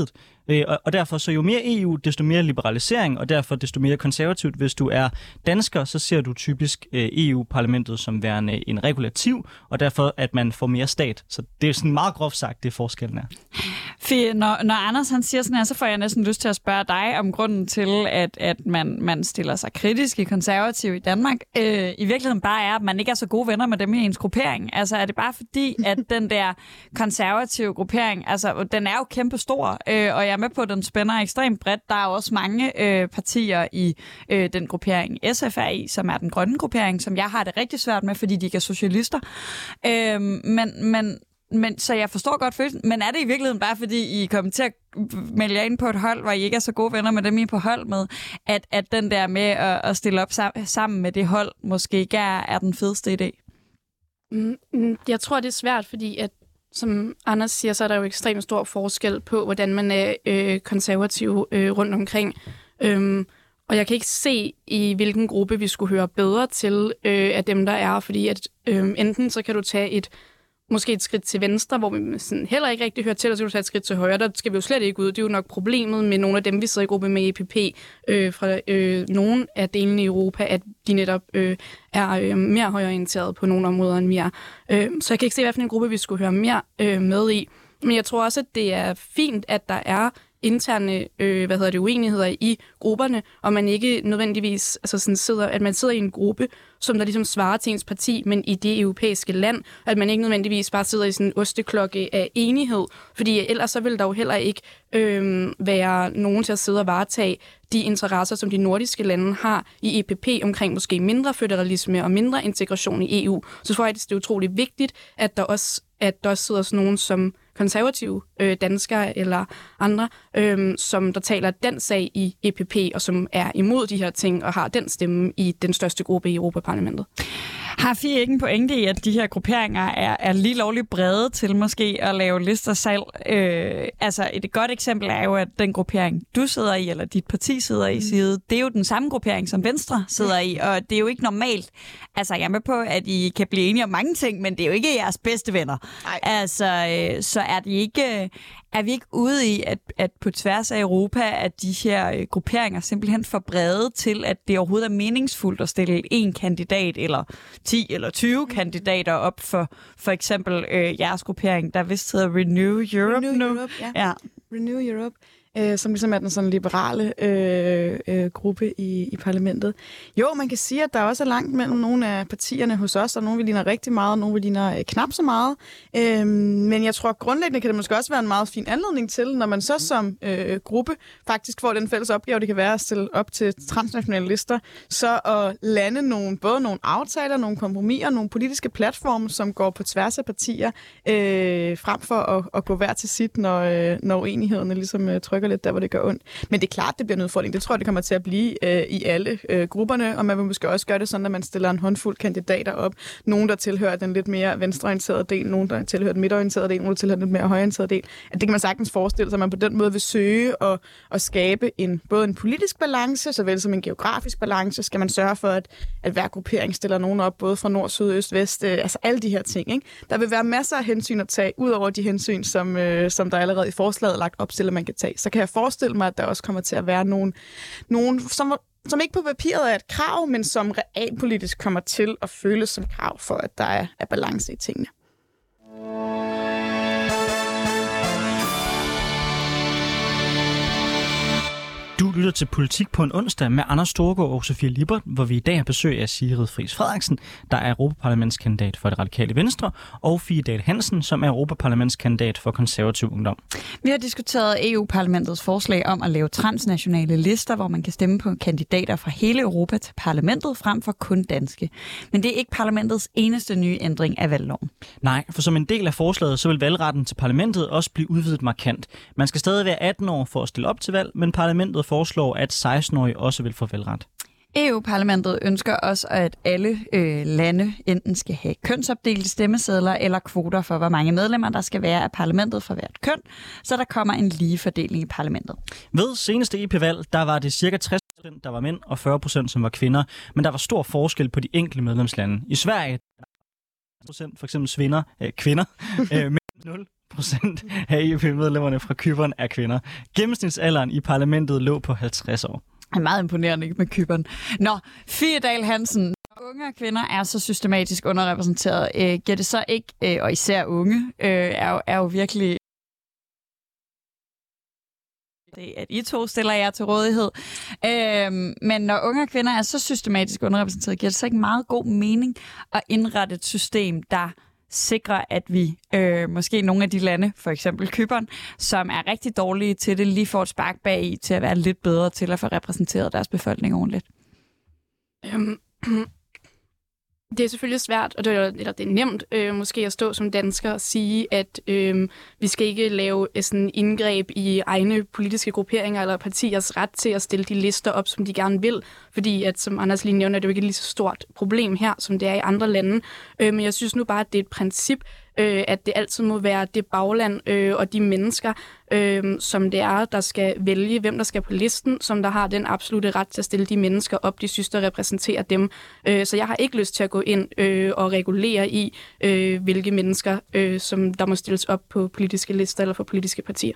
Øh, og, og derfor så jo mere E U, desto mere liberalisering, og derfor desto mere konservativt. Hvis du er dansker, så ser du typisk øh, E U-parlamentet som værende en regulativ, og derfor at man får mere stat. Så det er sådan meget groft sagt, det forskellen er. Fie, når, når Anders han siger sådan her, så får jeg næsten lyst til at spørge dig om grunden til, at, at man, man stiller sig kritisk i konservativ i Danmark. Øh, I virkeligheden bare er, at man ikke er så gode venner med dem i ens gruppering. Altså er det bare fordi, at den der konservative gruppering, altså den er jo kæmpe stor, øh, og jeg er med på, at den spænder ekstremt bredt. Der er også mange øh, partier i øh, den gruppering S F er i, som er den grønne gruppering, som jeg har det rigtig svært med, fordi de ikke er socialister. Øh, men, men Men, så jeg forstår godt følelsen, men er det i virkeligheden bare, fordi I kommer til at melde jer ind på et hold, hvor I ikke er så gode venner med dem, I er på hold med, at, at den der med at, at stille op sammen med det hold, måske ikke er, er den fedeste idé? Mm, jeg tror, det er svært, fordi at, som Anders siger, så er der jo ekstremt stor forskel på, hvordan man er øh, konservativ øh, rundt omkring. Øhm, og jeg kan ikke se, i hvilken gruppe vi skulle høre bedre til øh, af dem, der er, fordi at øh, enten så kan du tage et måske et skridt til venstre, hvor vi sådan heller ikke rigtig hører til, og så kan du tage et skridt til højre. Der skal vi jo slet ikke ud. Det er jo nok problemet med nogle af dem, vi sidder i gruppe med E P P, øh, fra øh, nogle af delene i Europa, at de netop øh, er øh, mere højreorienteret på nogle områder, end vi er. Øh, så jeg kan ikke se, hvad for en gruppe vi skulle høre mere øh, med i. Men jeg tror også, at det er fint, at der er interne øh, hvad hedder det, uenigheder i grupperne, og man ikke nødvendigvis altså sådan sidder, at man sidder i en gruppe, som der ligesom svarer til ens parti, men i det europæiske land, at man ikke nødvendigvis bare sidder i sådan en osteklokke af enighed, fordi ellers så vil der jo heller ikke øh, være nogen til at sidde og varetage de interesser, som de nordiske lande har i E P P omkring måske mindre føderalisme og mindre integration i E U. Så tror jeg, at det er utroligt vigtigt, at der også, at der også sidder sådan nogen som konservative øh, danskere eller andre, øh, som der taler den sag i E P P, og som er imod de her ting, og har den stemme i den største gruppe i Europaparlamentet. Har Fie ikke en pointe i, at de her grupperinger er, er lige lovligt brede til måske at lave lister selv? Øh, altså et godt eksempel er jo, at den gruppering, du sidder i, eller dit parti sidder i, side, det er jo den samme gruppering, som Venstre sidder i, og det er jo ikke normalt. Altså jeg er med på, at I kan blive enige om mange ting, men det er jo ikke jeres bedste venner. Nej. Altså, øh, så er de ikke... Er vi ikke ude i, at, at på tværs af Europa, at de her øh, grupperinger simpelthen får brede til, at det overhovedet er meningsfuldt at stille en kandidat, eller ti eller tyve kandidater op for for eksempel øh, jeres gruppering, der vist hedder Renew Europe Renew nu? Europe, ja. ja. Renew Europe. Øh, som ligesom er den sådan liberale øh, øh, gruppe i, i parlamentet. Jo, man kan sige, at der også er langt mellem nogle af partierne hos os, og nogle vi ligner rigtig meget, og nogle vi ligner øh, knap så meget. Øh, men jeg tror grundlæggende kan det måske også være en meget fin anledning til, når man så som øh, gruppe faktisk får den fælles opgave, det kan være at stille op til transnationale lister, så at lande nogle, både nogle aftaler, nogle kompromiser, nogle politiske platforme, som går på tværs af partier, øh, frem for at, at gå hver til sit, når, øh, når uenighederne ligesom øh, trykker lidt der, hvor det gør ondt. Men det er klart, det bliver en udfordring. Det tror jeg, det kommer til at blive øh, i alle øh, grupperne, og man vil måske også gøre det sådan, at man stiller en håndfuld kandidater op. Nogen, der tilhører den lidt mere venstreorienterede del, nogen, der tilhører den midtorienterede del, nogen, der tilhører den lidt mere højreorienterede del. At det kan man sagtens forestille sig, at man på den måde vil søge at, at skabe en, både en politisk balance, såvel som en geografisk balance. Skal man sørge for, at, at hver gruppering stiller nogen op, både fra nord, syd, øst, vest, øh, altså alle de her ting. Ikke? Der vil være masser af hensyn at tage, ud over de hensyn, som, øh, som der allerede i forslaget er lagt op til, at man kan tage. Så kan jeg forestille mig, at der også kommer til at være nogen, nogen som, som ikke på papiret er et krav, men som realpolitisk kommer til at føles som krav for, at der er, er balance i tingene. Du lytter til Politik på en onsdag med Anders Storgård og Sofie Lippert, hvor vi i dag har besøg af Sigrid Friis Frederiksen, der er europaparlamentskandidat for Det Radikale Venstre, og Fie Dahl Hansen, som er europaparlamentskandidat for Konservativ Ungdom. Vi har diskuteret E U-parlamentets forslag om at lave transnationale lister, hvor man kan stemme på kandidater fra hele Europa til parlamentet, frem for kun danske. Men det er ikke parlamentets eneste nye ændring af valgloven. Nej, for som en del af forslaget, så vil valgretten til parlamentet også blive udvidet markant. Man skal stadig være atten år for at stille op til valg, men parlamentet foreslår, at seksten-årige også vil få valgret. E U-parlamentet ønsker også, at alle øh, lande enten skal have kønsopdelte stemmesedler eller kvoter for, hvor mange medlemmer der skal være af parlamentet for hvert køn, så der kommer en lige fordeling i parlamentet. Ved seneste E P-valg, der var det cirka tres procent, der var mænd, og fyrre procent, som var kvinder, men der var stor forskel på de enkelte medlemslande. I Sverige procent for eksempel svinder, øh, kvinder, øh, nul procent af E U P-medlemmerne fra Cypern er kvinder. Gennemsnitsalderen i parlamentet lå på halvtreds år. Det er meget imponerende med Cypern. Nå, Fie Dahl Hansen. Unge og kvinder er så systematisk underrepræsenteret. Øh, giver det så ikke, øh, og især unge, øh, er, jo, er jo virkelig det, at I to stiller jer til rådighed. Øh, men når unge og kvinder er så systematisk underrepræsenteret, giver det så ikke meget god mening at indrette et system, der sikrer, at vi øh, måske nogle af de lande, for eksempel Cypern, som er rigtig dårlige til det, lige får et spark bag i til at være lidt bedre til at få repræsenteret deres befolkning ordentligt? Um. Det er selvfølgelig svært, og det er, eller det er nemt øh, måske at stå som dansker og sige, at øh, vi skal ikke lave sådan indgreb i egne politiske grupperinger eller partiers ret til at stille de lister op, som de gerne vil. Fordi, at, som Anders lige nævner, det er jo ikke et lige så stort problem her, som det er i andre lande. Øh, men jeg synes nu bare, at det er et princip, øh, at det altid må være det bagland øh, og de mennesker, øh, som det er, der skal vælge, hvem der skal på listen, som der har den absolute ret til at stille de mennesker op, de synes, der repræsenterer dem. Øh, så jeg har ikke lyst til at gå ind øh, og regulere i, øh, hvilke mennesker, øh, som der må stilles op på politiske lister eller for politiske partier.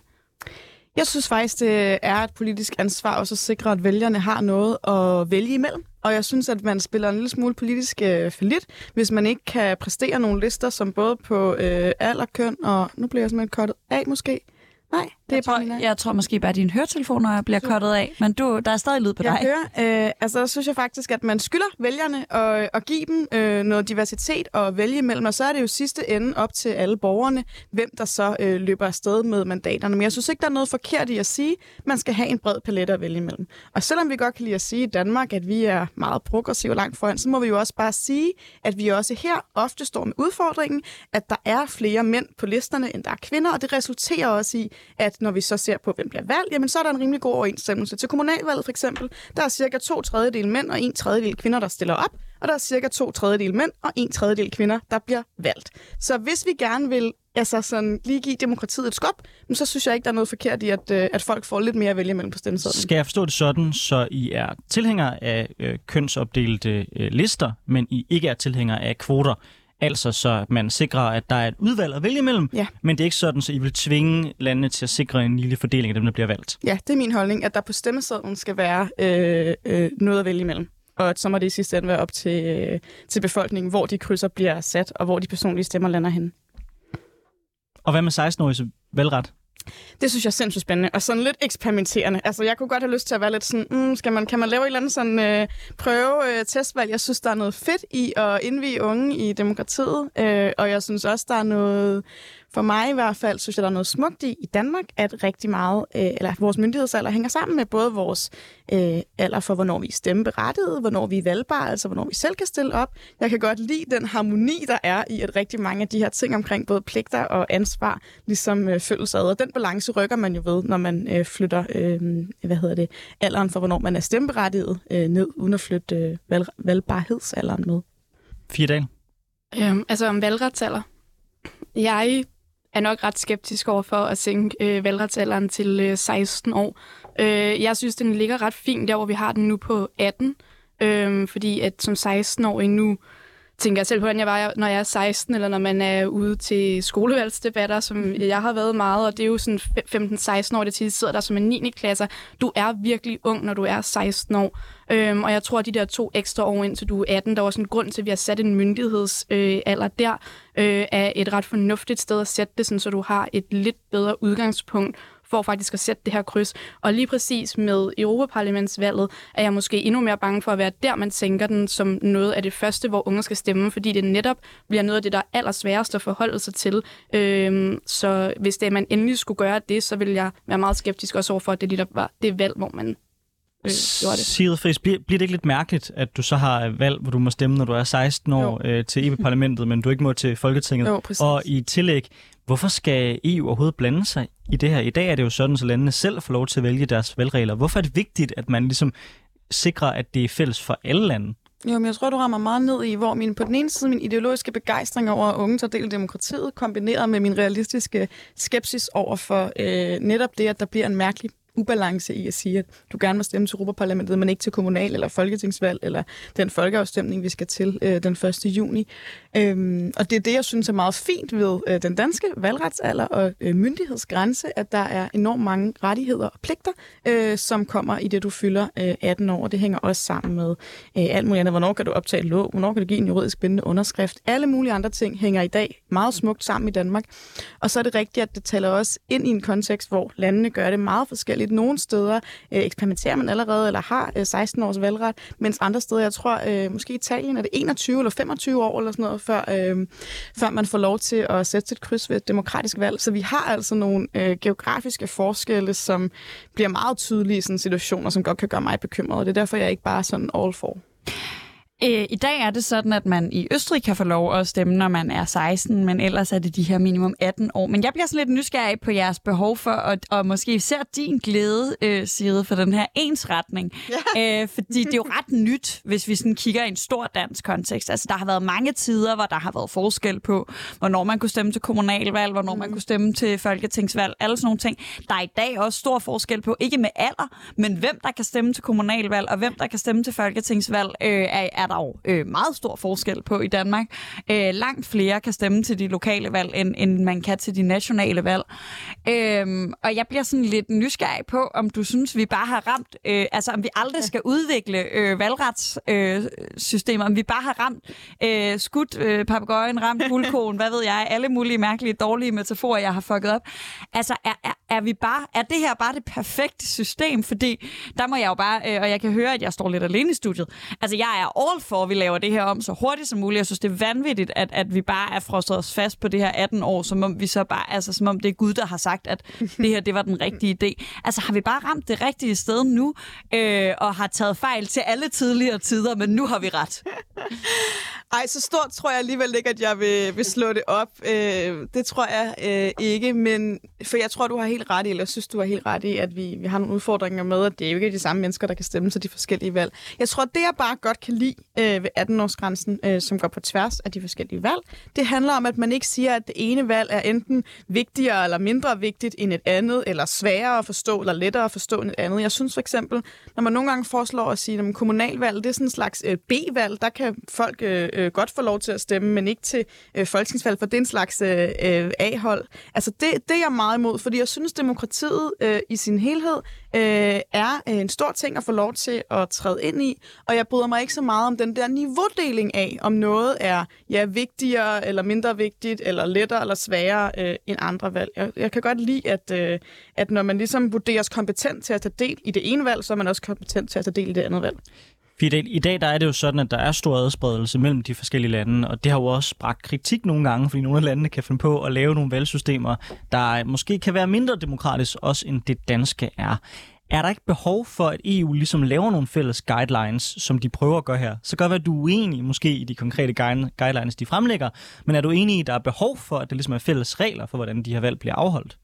Jeg synes faktisk, det er et politisk ansvar også at sikre, at vælgerne har noget at vælge imellem. Og jeg synes, at man spiller en lille smule politisk øh, fallit, hvis man ikke kan præstere nogle lister, som både på øh, alder, køn og... Nu bliver jeg simpelthen kottet af, måske. Nej, det jeg er tror, bare jeg tror måske bare, at dine høretelefoner bliver kottet af, men du, der er stadig lyd på jeg dig. Jeg hører, øh, altså der synes jeg faktisk, at man skylder vælgerne at, at give dem øh, noget diversitet at vælge imellem, og så er det jo sidste ende op til alle borgerne, hvem der så øh, løber afsted med mandaterne. Men jeg synes ikke, der er noget forkert i at sige, at man skal have en bred palet at vælge imellem. Og selvom vi godt kan lide at sige i Danmark, at vi er meget progressive og langt foran, så må vi jo også bare sige, at vi også her ofte står med udfordringen, at der er flere mænd på listerne, end der er kvinder, og det resulterer også i, at når vi så ser på, hvem bliver valgt, jamen så er der en rimelig god overensstemmelse. Til kommunalvalget for eksempel, der er cirka to tredjedel mænd og en tredjedel kvinder, der stiller op, og der er cirka to tredjedel mænd og en tredjedel kvinder, der bliver valgt. Så hvis vi gerne vil altså sådan, lige give demokratiet et skub, så synes jeg ikke, der er noget forkert i, at, at folk får lidt mere at vælge mellem på stemmesedlen. Skal jeg forstå det sådan, så I er tilhængere af øh, kønsopdelte øh, lister, men I ikke er tilhængere af kvoter? Altså, så man sikrer, at der er et udvalg at vælge imellem, ja. Men det er ikke sådan, så I vil tvinge landene til at sikre en lille fordeling af dem, der bliver valgt. Ja, det er min holdning, at der på stemmesedlen skal være øh, øh, noget at vælge imellem. Og så må det i sidste ende være op til, øh, til befolkningen, hvor de krydser bliver sat, og hvor de personlige stemmer lander henne. Og hvad med seksten-åriges valgret? Det synes jeg er sindssygt spændende, og sådan lidt eksperimenterende. Altså, jeg kunne godt have lyst til at være lidt sådan, mm, skal man, kan man lave et eller andet sådan øh, prøve øh, testvalg? Jeg synes, der er noget fedt i at indvie unge i demokratiet, øh, og jeg synes også, der er noget, for mig i hvert fald, synes jeg, der er noget smukt i i Danmark, at rigtig meget, øh, eller vores myndighedsalder hænger sammen med både vores øh, alder for, hvornår vi er stemmeberettigede, hvornår vi er valgbare, altså hvornår vi selv kan stille op. Jeg kan godt lide den harmoni, der er i, at rigtig mange af de her ting omkring både pligter og ansvar ligesom øh, følges ad. Og den balance rykker man jo ved, når man øh, flytter øh, hvad hedder det, alderen for, hvornår man er stemmeberettiget øh, ned, uden at flytte øh, valg- valgbarhedsalderen med. Fie Dahl? Øhm, altså om valgretsalder. Jeg er nok ret skeptisk over for at sænke øh, valgretsalderen til øh, seksten år. Øh, jeg synes, den ligger ret fint der, hvor vi har den nu på atten. Øh, fordi at som seksten-årig nu, tænker jeg selv på, hvordan jeg var, når jeg er seksten, eller når man er ude til skolevalgsdebatter, som jeg har været meget, og det er jo sådan femten seksten år, det til sidder der som en niende klasser. Du er virkelig ung, når du er seksten år. Øhm, og jeg tror, at de der to ekstra år indtil du er atten, der var sådan en grund til, at vi har sat en myndighedsalder øh, der, øh, er et ret fornuftigt sted at sætte det, sådan, så du har et lidt bedre udgangspunkt for faktisk at sætte det her kryds. Og lige præcis med Europaparlamentsvalget er jeg måske endnu mere bange for at være der, man tænker den som noget af det første, hvor unge skal stemme, fordi det netop bliver noget af det, der er allersværest at forholde sig til. Øhm, så hvis det, man endelig skulle gøre det, så vil jeg være meget skeptisk også overfor, at det lige der var det valg, hvor man øh, gjorde det. Sigrid Friis, bliver, bliver det ikke lidt mærkeligt, at du så har valg, hvor du må stemme, når du er seksten år øh, til E U-parlamentet, men du ikke må til Folketinget? Jo, og i tillæg, hvorfor skal E U overhovedet blande sig i det her? I dag er det jo sådan, så landene selv får lov til at vælge deres valgregler. Hvorfor er det vigtigt, at man ligesom sikrer, at det er fælles for alle lande? Jo, men jeg tror, du rammer meget ned i, hvor min, på den ene side min ideologiske begejstring over, at unge tager del i demokratiet, kombineret med min realistiske skepsis over for øh, netop det, at der bliver en mærkelig ubalance i at sige, at du gerne må stemme til Europaparlamentet, men ikke til kommunal- eller folketingsvalg, eller den folkeafstemning, vi skal til øh, den første juni. Øhm, og det er det, jeg synes er meget fint ved øh, den danske valgretsalder og øh, myndighedsgrænse, at der er enormt mange rettigheder og pligter, øh, som kommer i det, du fylder øh, atten år. Det hænger også sammen med øh, alt muligt andet. Hvornår kan du optage et lov? Hvornår kan du give en juridisk bindende underskrift? Alle mulige andre ting hænger i dag meget smukt sammen i Danmark. Og så er det rigtigt, at det taler også ind i en kontekst, hvor landene gør det meget forskelligt. Nogle steder øh, eksperimenterer man allerede, eller har øh, seksten års valgret, mens andre steder, jeg tror, øh, måske Italien er det enogtyve eller femogtyve år, eller sådan noget, før, øh, før man får lov til at sætte sit kryds ved et demokratisk valg. Så vi har altså nogle øh, geografiske forskelle, som bliver meget tydelige i sådan situationer, som godt kan gøre mig bekymret. Og det er derfor, jeg ikke bare er sådan all for. I dag er det sådan, at man i Østrig kan få lov at stemme, når man er seksten, men ellers er det de her minimum atten år. Men jeg bliver sådan lidt nysgerrig på jeres behov for, at, og måske især din glæde, øh, Sigrid, for den her ensretning. Ja. Øh, fordi det er jo ret nyt, hvis vi sådan kigger i en stor dansk kontekst. Altså, der har været mange tider, hvor der har været forskel på, hvornår man kunne stemme til kommunalvalg, hvornår mm. man kunne stemme til folketingsvalg, alle sådan nogle ting. Der er i dag også stor forskel på, ikke med alder, men hvem der kan stemme til kommunalvalg, og hvem der kan stemme til folketingsvalg, øh, er, er der jo øh, meget stor forskel på i Danmark. Øh, langt flere kan stemme til de lokale valg, end, end man kan til de nationale valg. Øh, og jeg bliver sådan lidt nysgerrig på, om du synes, vi bare har ramt, øh, altså om vi aldrig skal udvikle øh, valgretssystemer, øh, om vi bare har ramt øh, skudt øh, papegøjen, ramt guldkoen, hvad ved jeg, alle mulige mærkelige, dårlige metaforer, jeg har fucket op. Altså, er, er, er, vi bare, er det her bare det perfekte system? Fordi der må jeg jo bare, øh, og jeg kan høre, at jeg står lidt alene i studiet, altså jeg er all for, at vi laver det her om så hurtigt som muligt. Jeg synes, det er vanvittigt, at, at vi bare er frosset os fast på det her atten år, som om vi så bare, altså som om det er Gud, der har sagt, at det her, det var den rigtige idé. Altså har vi bare ramt det rigtige sted nu, øh, og har taget fejl til alle tidligere tider, men nu har vi ret. Ej, så stort tror jeg alligevel ikke, at jeg vil, vil slå det op. Øh, det tror jeg øh, ikke, men for jeg tror, du har helt ret i, eller jeg synes, du har helt ret i, at vi, vi har nogle udfordringer med, at det er jo ikke de samme mennesker, der kan stemme til de forskellige valg. Jeg tror, det jeg bare godt kan lide øh, ved atten-årsgrænsen, øh, som går på tværs af de forskellige valg, det handler om, at man ikke siger, at det ene valg er enten vigtigere eller mindre vigtigt end et andet, eller sværere at forstå, eller lettere at forstå end et andet. Jeg synes for eksempel, når man nogle gange foreslår at sige, at kommunalvalg, det er sådan en slags øh, B-valg, der kan folk øh, øh, godt få lov til at stemme, men ikke til øh, folketingsvalg, for det er en slags øh, A-hold. Altså det, det er jeg meget imod, fordi jeg synes, demokratiet øh, i sin helhed øh, er en stor ting at få lov til at træde ind i, og jeg bryder mig ikke så meget om den der niveaudeling af, om noget er ja, vigtigere eller mindre vigtigt, eller lettere eller sværere øh, end andre valg. Jeg, jeg kan godt lide, at, øh, at når man ligesom vurderes kompetent til at tage del i det ene valg, så er man også kompetent til at tage del i det andet valg. I dag der er det jo sådan, at der er stor adspredelse mellem de forskellige lande, og det har jo også bragt kritik nogle gange, fordi nogle af landene kan finde på at lave nogle valgsystemer, der måske kan være mindre demokratisk også end det danske er. Er der ikke behov for, at E U ligesom laver nogle fælles guidelines, som de prøver at gøre her? Så gør, at du er uenig måske i de konkrete guidelines, de fremlægger, men er du enig i, at der er behov for, at det ligesom er fælles regler for, hvordan de her valg bliver afholdt?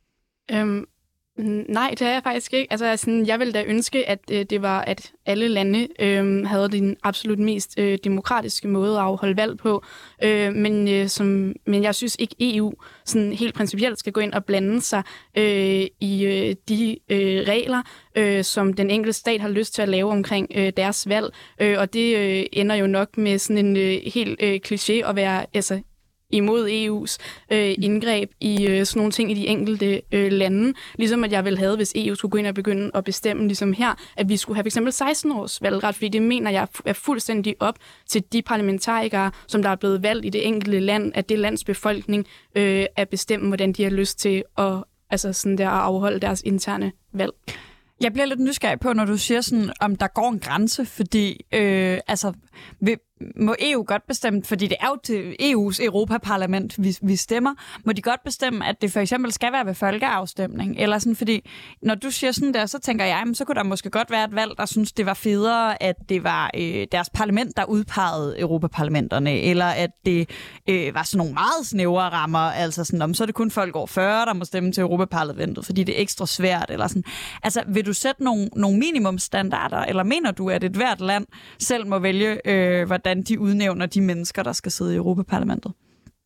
Øhm, nej, det er jeg faktisk ikke. Altså, sådan, jeg ville da ønske, at øh, det var, at alle lande øh, havde den absolut mest øh, demokratiske måde at afholde valg på. Øh, men, øh, som, men jeg synes ikke, E U sådan helt principielt skal gå ind og blande sig øh, i øh, de øh, regler, øh, som den enkelte stat har lyst til at lave omkring øh, deres valg. Øh, og det øh, ender jo nok med sådan en øh, helt øh, kliché at være altså, imod E U's øh, indgreb i øh, sådan nogle ting i de enkelte øh, lande. Ligesom at jeg ville have, hvis E U skulle gå ind og begynde at bestemme, ligesom her, at vi skulle have for eksempel seksten års valgret, fordi det mener jeg er fuldstændig op til de parlamentarikere, som der er blevet valgt i det enkelte land, at det lands befolkning øh, at bestemme, hvordan de har lyst til at, altså sådan der, at afholde deres interne valg. Jeg bliver lidt nysgerrig på, når du siger sådan, om der går en grænse, fordi øh, altså, vil, må E U godt bestemme, fordi det er jo til E U's Europaparlament, vi, vi stemmer, må de godt bestemme, at det for eksempel skal være ved folkeafstemning, eller sådan, fordi når du siger sådan der, så tænker jeg, jamen, så kunne der måske godt være et valg, der synes, det var federe, at det var øh, deres parlament, der udpegede Europaparlamenterne, eller at det øh, var sådan nogle meget snævre rammer, altså sådan, om så er det kun folk over fyrre, der må stemme til Europaparlamentet, fordi det er ekstra svært, eller sådan. Altså, vil du sætte nogle, nogle minimumstandarder, eller mener du, at et hvert land selv må vælge, øh, hvordan de udnævner de mennesker, der skal sidde i Europaparlamentet?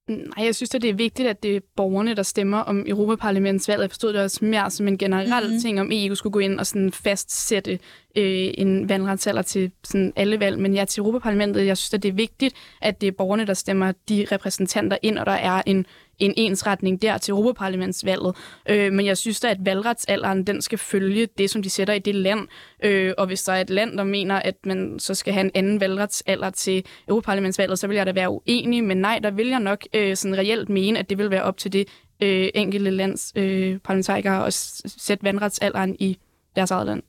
Nej, jeg synes, at det er vigtigt, at det er borgerne, der stemmer om Europaparlamentsvalget. Jeg forstod det også mere som en generel mm-hmm. ting, om E U skulle gå ind og sådan fastsætte øh, en valgretsalder til sådan alle valg. Men ja, til Europaparlamentet, jeg synes, at det er vigtigt, at det er borgerne, der stemmer de repræsentanter ind, og der er en en ensretning der til Europaparlamentsvalget. Øh, men jeg synes da, at valgretsalderen, den skal følge det, som de sætter i det land. Øh, og hvis der er et land, der mener, at man så skal have en anden valgretsalder til Europaparlamentsvalget, så vil jeg da være uenig. Men nej, der vil jeg nok øh, sådan reelt mene, at det vil være op til det øh, enkelte lands øh, parlamentarikere at sætte valgretsalderen i deres eget land.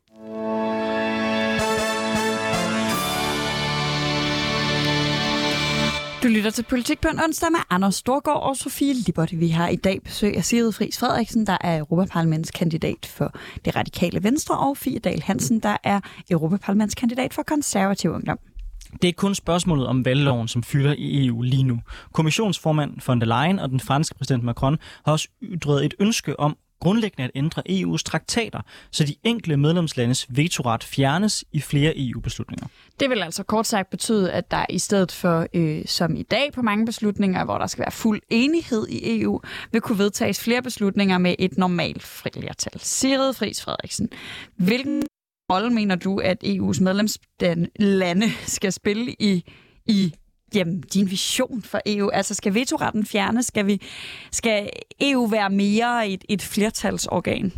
Du lytter til Politik på en onsdag med Anders Storgård og Sofie Lippert. Vi har i dag besøg af Sigrid Friis Frederiksen, der er europaparlamentskandidat for Det Radikale Venstre, og Fie Dahl Hansen, der er europaparlamentskandidat for Konservativ Ungdom. Det er kun spørgsmålet om valgloven, som fylder i E U lige nu. Kommissionsformand von der Leyen og den franske præsident Macron har også ytret et ønske om grundlæggende at ændre E U's traktater, så de enkelte medlemslandes vetoret fjernes i flere E U-beslutninger. Det vil altså kort sagt betyde, at der i stedet for, øh, som i dag på mange beslutninger, hvor der skal være fuld enighed i E U, vil kunne vedtages flere beslutninger med et normalt flertal. Sigrid Friis Frederiksen, hvilken rolle mener du, at E U's medlemslande skal spille i, i Jamen, din vision for E U, altså skal vetoretten fjernes? Skal, vi, skal E U være mere et, et flertalsorgan?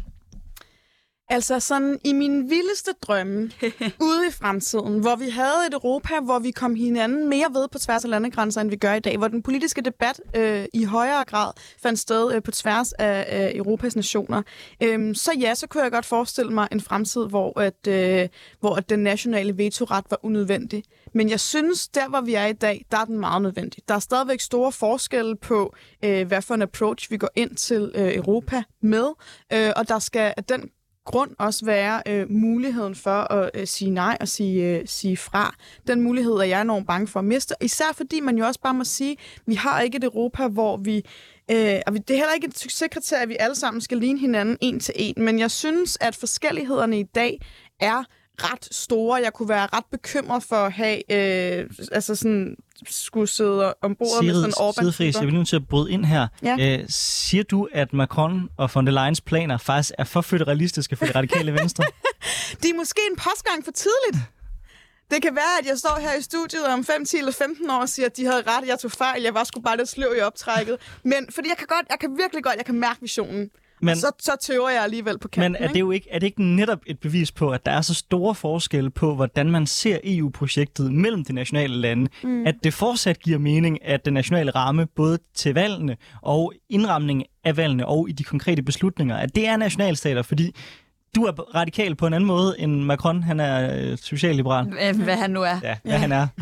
Altså sådan i min vildeste drømme ude i fremtiden, hvor vi havde et Europa, hvor vi kom hinanden mere ved på tværs af landegrænser, end vi gør i dag, hvor den politiske debat øh, i højere grad fandt sted øh, på tværs af, af Europas nationer. Øhm, så ja, så kunne jeg godt forestille mig en fremtid, hvor, at, øh, hvor at den nationale vetoret var unødvendig. Men jeg synes, der hvor vi er i dag, der er den meget nødvendig. Der er stadigvæk store forskelle på, øh, hvad for en approach vi går ind til øh, Europa med, øh, og der skal at den grund også være øh, muligheden for at øh, sige nej og sige, øh, sige fra. Den mulighed er jeg enormt bange for at miste. Især fordi man jo også bare må sige, vi har ikke et Europa, hvor vi... Øh, og det er heller ikke et succeskriterie, at vi alle sammen skal ligne hinanden en til en. Men jeg synes, at forskellighederne i dag er ret store. Jeg kunne være ret bekymret for at have... Øh, altså sådan... skulle sidde ombord med sådan en Orbán. Sigrid Friis, jeg vil nu til at bryde ind her. Ja. Øh, siger du, at Macron og von der Leyens planer faktisk er for føderalistiske for Det Radikale Venstre? De er måske en postgang for tidligt. Det kan være, at jeg står her i studiet om fem, ti eller femten år og siger, at de havde ret, jeg tog fejl, jeg var sgu bare lidt sløv i optrækket. Men fordi jeg kan godt, jeg kan virkelig godt, jeg kan mærke visionen. Men, så, så tøver jeg alligevel på kanten. Men er det jo ikke, er det ikke netop et bevis på, at der er så store forskelle på, hvordan man ser E U-projektet mellem de nationale lande, mm. at det fortsat giver mening, at den nationale ramme, både til valgene og indramning af valgene og i de konkrete beslutninger, at det er nationalstater, fordi du er radikal på en anden måde end Macron, han er øh, socialliberal. Hvad han nu er. Ja, hvad ja. han er.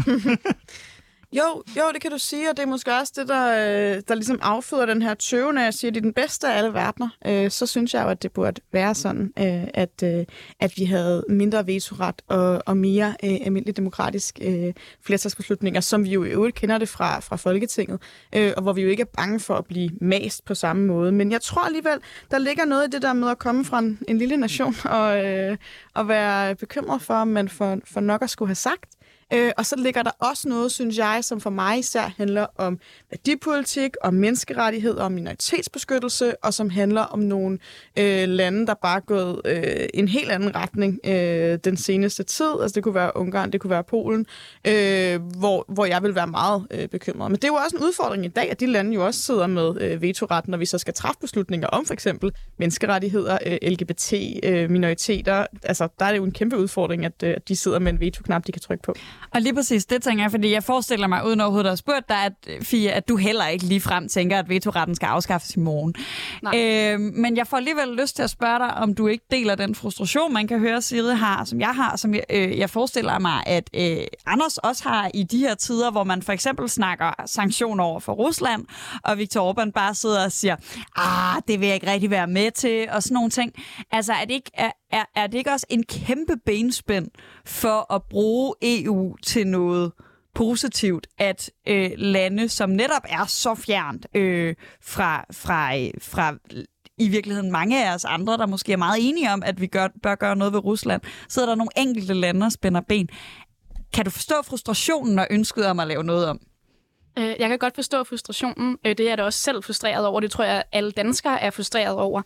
Jo, jo, det kan du sige, og det er måske også det, der, der ligesom afføder den her tøve, når jeg siger, at det er den bedste af alle verdener. Øh, så synes jeg jo, at det burde være sådan, øh, at, øh, at vi havde mindre vetoret og, og mere øh, almindelig demokratisk øh, flertalsbeslutninger, som vi jo i øvrigt kender det fra, fra Folketinget, øh, og hvor vi jo ikke er bange for at blive mast på samme måde. Men jeg tror alligevel, der ligger noget i det der med at komme fra en, en lille nation og, øh, og være bekymret for, om man får, får nok at skulle have sagt. Øh, og så ligger der også noget, synes jeg, som for mig især handler om værdipolitik, om menneskerettighed og minoritetsbeskyttelse, og som handler om nogle øh, lande, der bare er gået øh, en helt anden retning øh, den seneste tid. Altså det kunne være Ungarn, det kunne være Polen, øh, hvor, hvor jeg vil være meget øh, bekymret. Men det er jo også en udfordring i dag, at de lande jo også sidder med øh, vetoret, når vi så skal træffe beslutninger om for eksempel menneskerettigheder, øh, L G B T, øh, minoriteter. Altså der er det jo en kæmpe udfordring, at øh, de sidder med en vetoknap, de kan trykke på. Og lige præcis, det tænker jeg, fordi jeg forestiller mig, uden overhovedet at have spurgt dig, at, Fie, at du heller ikke ligefrem tænker, at vetoretten skal afskaffes i morgen. Øh, men jeg får alligevel lyst til at spørge dig, om du ikke deler den frustration, man kan høre, Sigrid har, som jeg har, som jeg, øh, jeg forestiller mig, at øh, Anders også har i de her tider, hvor man for eksempel snakker sanktioner over for Rusland, og Viktor Orbán bare sidder og siger, ah, det vil jeg ikke rigtig være med til, og sådan nogle ting. Altså, er det ikke... Er, Er, er det ikke også en kæmpe benspænd for at bruge E U til noget positivt, at øh, lande, som netop er så fjernt øh, fra, fra, fra i virkeligheden mange af os andre, der måske er meget enige om, at vi gør, bør gøre noget ved Rusland, så er der nogle enkelte lande og spænder ben. Kan du forstå frustrationen og ønsket om at lave noget om? Jeg kan godt forstå frustrationen. Det er jeg da også selv frustreret over. Det tror jeg, alle danskere er frustreret over.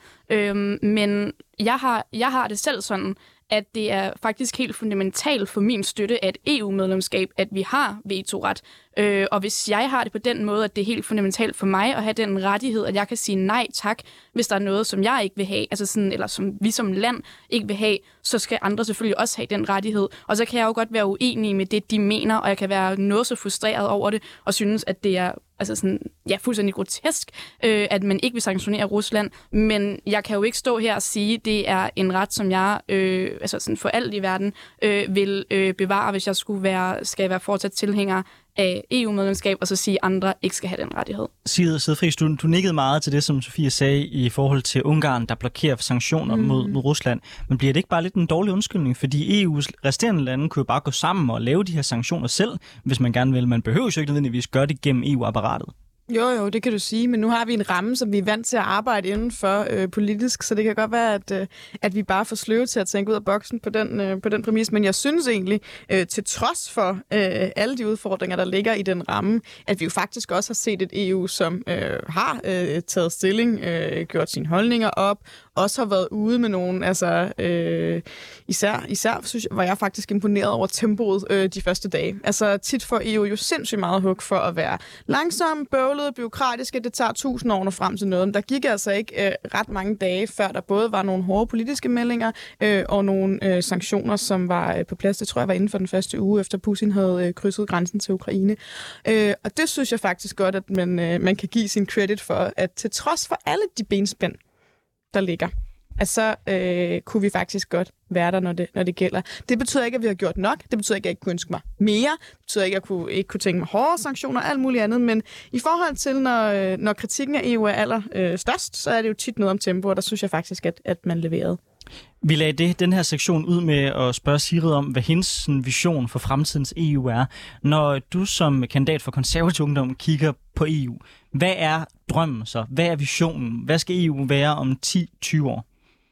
Men jeg har, jeg har det selv sådan, at det er faktisk helt fundamentalt for min støtte af et E U-medlemskab, at vi har vetoret. Øh, og hvis jeg har det på den måde, at det er helt fundamentalt for mig at have den rettighed, at jeg kan sige nej tak, hvis der er noget, som jeg ikke vil have, altså sådan, eller som vi som land ikke vil have, så skal andre selvfølgelig også have den rettighed. Og så kan jeg jo godt være uenig med det, de mener, og jeg kan være noget så frustreret over det, og synes, at det er altså sådan, ja, fuldstændig grotesk, øh, at man ikke vil sanktionere Rusland. Men jeg kan jo ikke stå her og sige, at det er en ret, som jeg øh, altså sådan for alt i verden øh, vil øh, bevare, hvis jeg skulle være, skal være fortsat tilhænger af E U-medlemskab, og så sige, at andre ikke skal have den rettighed. Sigrid Sædfriis, du, du nikkede meget til det, som Sofie sagde, i forhold til Ungarn, der blokerer for sanktioner mm. mod, mod Rusland. Men bliver det ikke bare lidt en dårlig undskyldning? Fordi E U's resterende lande kunne jo bare gå sammen og lave de her sanktioner selv, hvis man gerne vil. Man behøver jo ikke nødvendigvis gøre det gennem E U-apparatet. Jo, jo, det kan du sige, men nu har vi en ramme, som vi er vant til at arbejde inden for øh, politisk, så det kan godt være, at, øh, at vi bare får sløve til at tænke ud af boksen på den, øh, på den præmis. Men jeg synes egentlig, øh, til trods for øh, alle de udfordringer, der ligger i den ramme, at vi jo faktisk også har set et E U, som øh, har øh, taget stilling, øh, gjort sine holdninger op, også har været ude med nogle, altså øh, især, især synes jeg, var jeg faktisk imponeret over tempoet øh, de første dage. Altså tit får E U jo sindssygt meget hug for at være langsom, bøvlede, byråkratiske, det tager tusind år frem til noget. Men der gik altså ikke øh, ret mange dage, før der både var nogle hårde politiske meldinger øh, og nogle øh, sanktioner, som var øh, på plads. Det tror jeg var inden for den første uge, efter Putin havde øh, krydset grænsen til Ukraine. Øh, og det synes jeg faktisk godt, at man, øh, man kan give sin credit for, at til trods for alle de benspænd, der ligger, at så øh, kunne vi faktisk godt være der, når det, når det gælder. Det betyder ikke, at vi har gjort nok. Det betyder ikke, at jeg ikke kunne ønske mig mere. Det betyder ikke, at jeg kunne, ikke kunne tænke mig hårdere sanktioner og alt muligt andet. Men i forhold til, når, når kritikken af E U er aller øh, størst, så er det jo tit noget om tempo, og der synes jeg faktisk, at, at man leverede. Vi lagde det, den her sektion ud med at spørge Sigrid om, hvad hendes vision for fremtidens E U er. Når du som kandidat for Konservativ Ungdom kigger på E U, hvad er drømmen så? Hvad er visionen? Hvad skal E U være om ti til tyve år?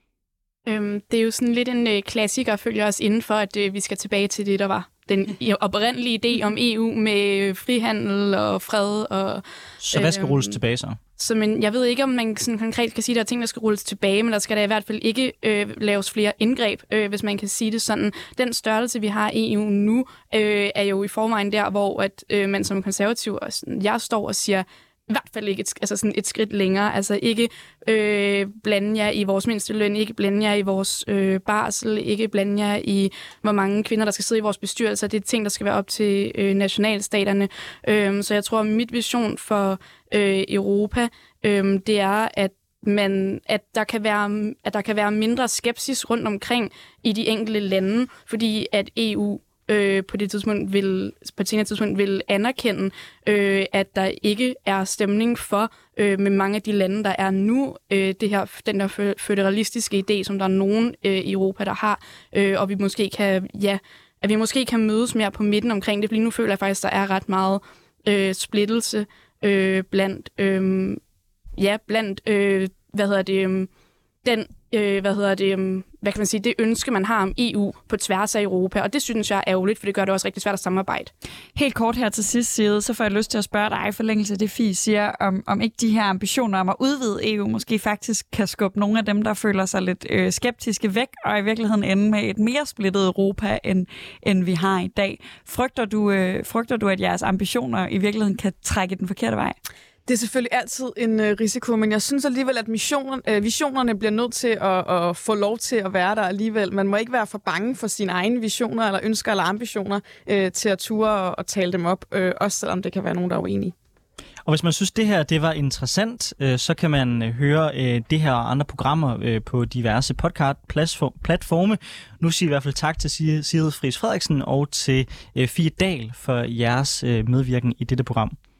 Øhm, det er jo sådan lidt en øh, klassiker, følger os inden for, at øh, vi skal tilbage til det, der var den oprindelige idé om E U med frihandel og fred. Og, så hvad skal øh, rulles tilbage så? Så men jeg ved ikke, om man sådan konkret kan sige, at der er ting, der skal rulles tilbage, men der skal der i hvert fald ikke øh, laves flere indgreb, øh, hvis man kan sige det sådan. Den størrelse, vi har i E U nu, øh, er jo i forvejen der, hvor at, øh, man som konservativ, og sådan, jeg står og siger, i hvert fald ikke et, altså sådan et skridt længere. Altså ikke øh, blande jer i vores mindsteløn, ikke blande jer i vores øh, barsel, ikke blande jer i, hvor mange kvinder, der skal sidde i vores bestyrelser. Det er ting, der skal være op til øh, nationalstaterne. Øh, så jeg tror, at mit vision for øh, Europa, øh, det er, at men at der kan være at der kan være mindre skepsis rundt omkring i de enkelte lande, fordi at E U Øh, på det tidspunkt vil, på et senere tidspunkt vil anerkende, øh, at der ikke er stemning for øh, med mange af de lande, der er nu, øh, det her, den der føderalistiske idé, som der er nogen øh, i Europa, der har, øh, og vi måske kan, ja, at vi måske kan mødes mere på midten omkring det, fordi nu føler jeg faktisk, at der er ret meget øh, splittelse øh, blandt, øh, ja, blandt, øh, hvad hedder det, øh, den, øh, hvad hedder det, øh, hvad kan man sige, det ønske, man har om E U på tværs af Europa, og det synes jeg er ærgerligt, for det gør det også rigtig svært at samarbejde. Helt kort her til sidst, Sigrid, så får jeg lyst til at spørge dig i forlængelse af det, Fie siger, om, om ikke de her ambitioner om at udvide E U måske faktisk kan skubbe nogle af dem, der føler sig lidt øh, skeptiske væk, og i virkeligheden ende med et mere splittet Europa, end, end vi har i dag. Frygter du, øh, frygter du, at jeres ambitioner i virkeligheden kan trække den forkerte vej? Det er selvfølgelig altid en øh, risiko, men jeg synes alligevel, at missionen, øh, visionerne bliver nødt til at, at få lov til at være der alligevel. Man må ikke være for bange for sine egne visioner, eller ønsker, eller ambitioner, øh, til at ture og, og tale dem op, øh, også selvom det kan være nogen, der er uenige. Og hvis man synes, det her det var interessant, øh, så kan man øh, høre øh, det her og andre programmer øh, på diverse podcast-platforme. Nu siger vi i hvert fald tak til Sigrid Friis Frederiksen og til øh, Fie Dahl for jeres øh, medvirken i dette program.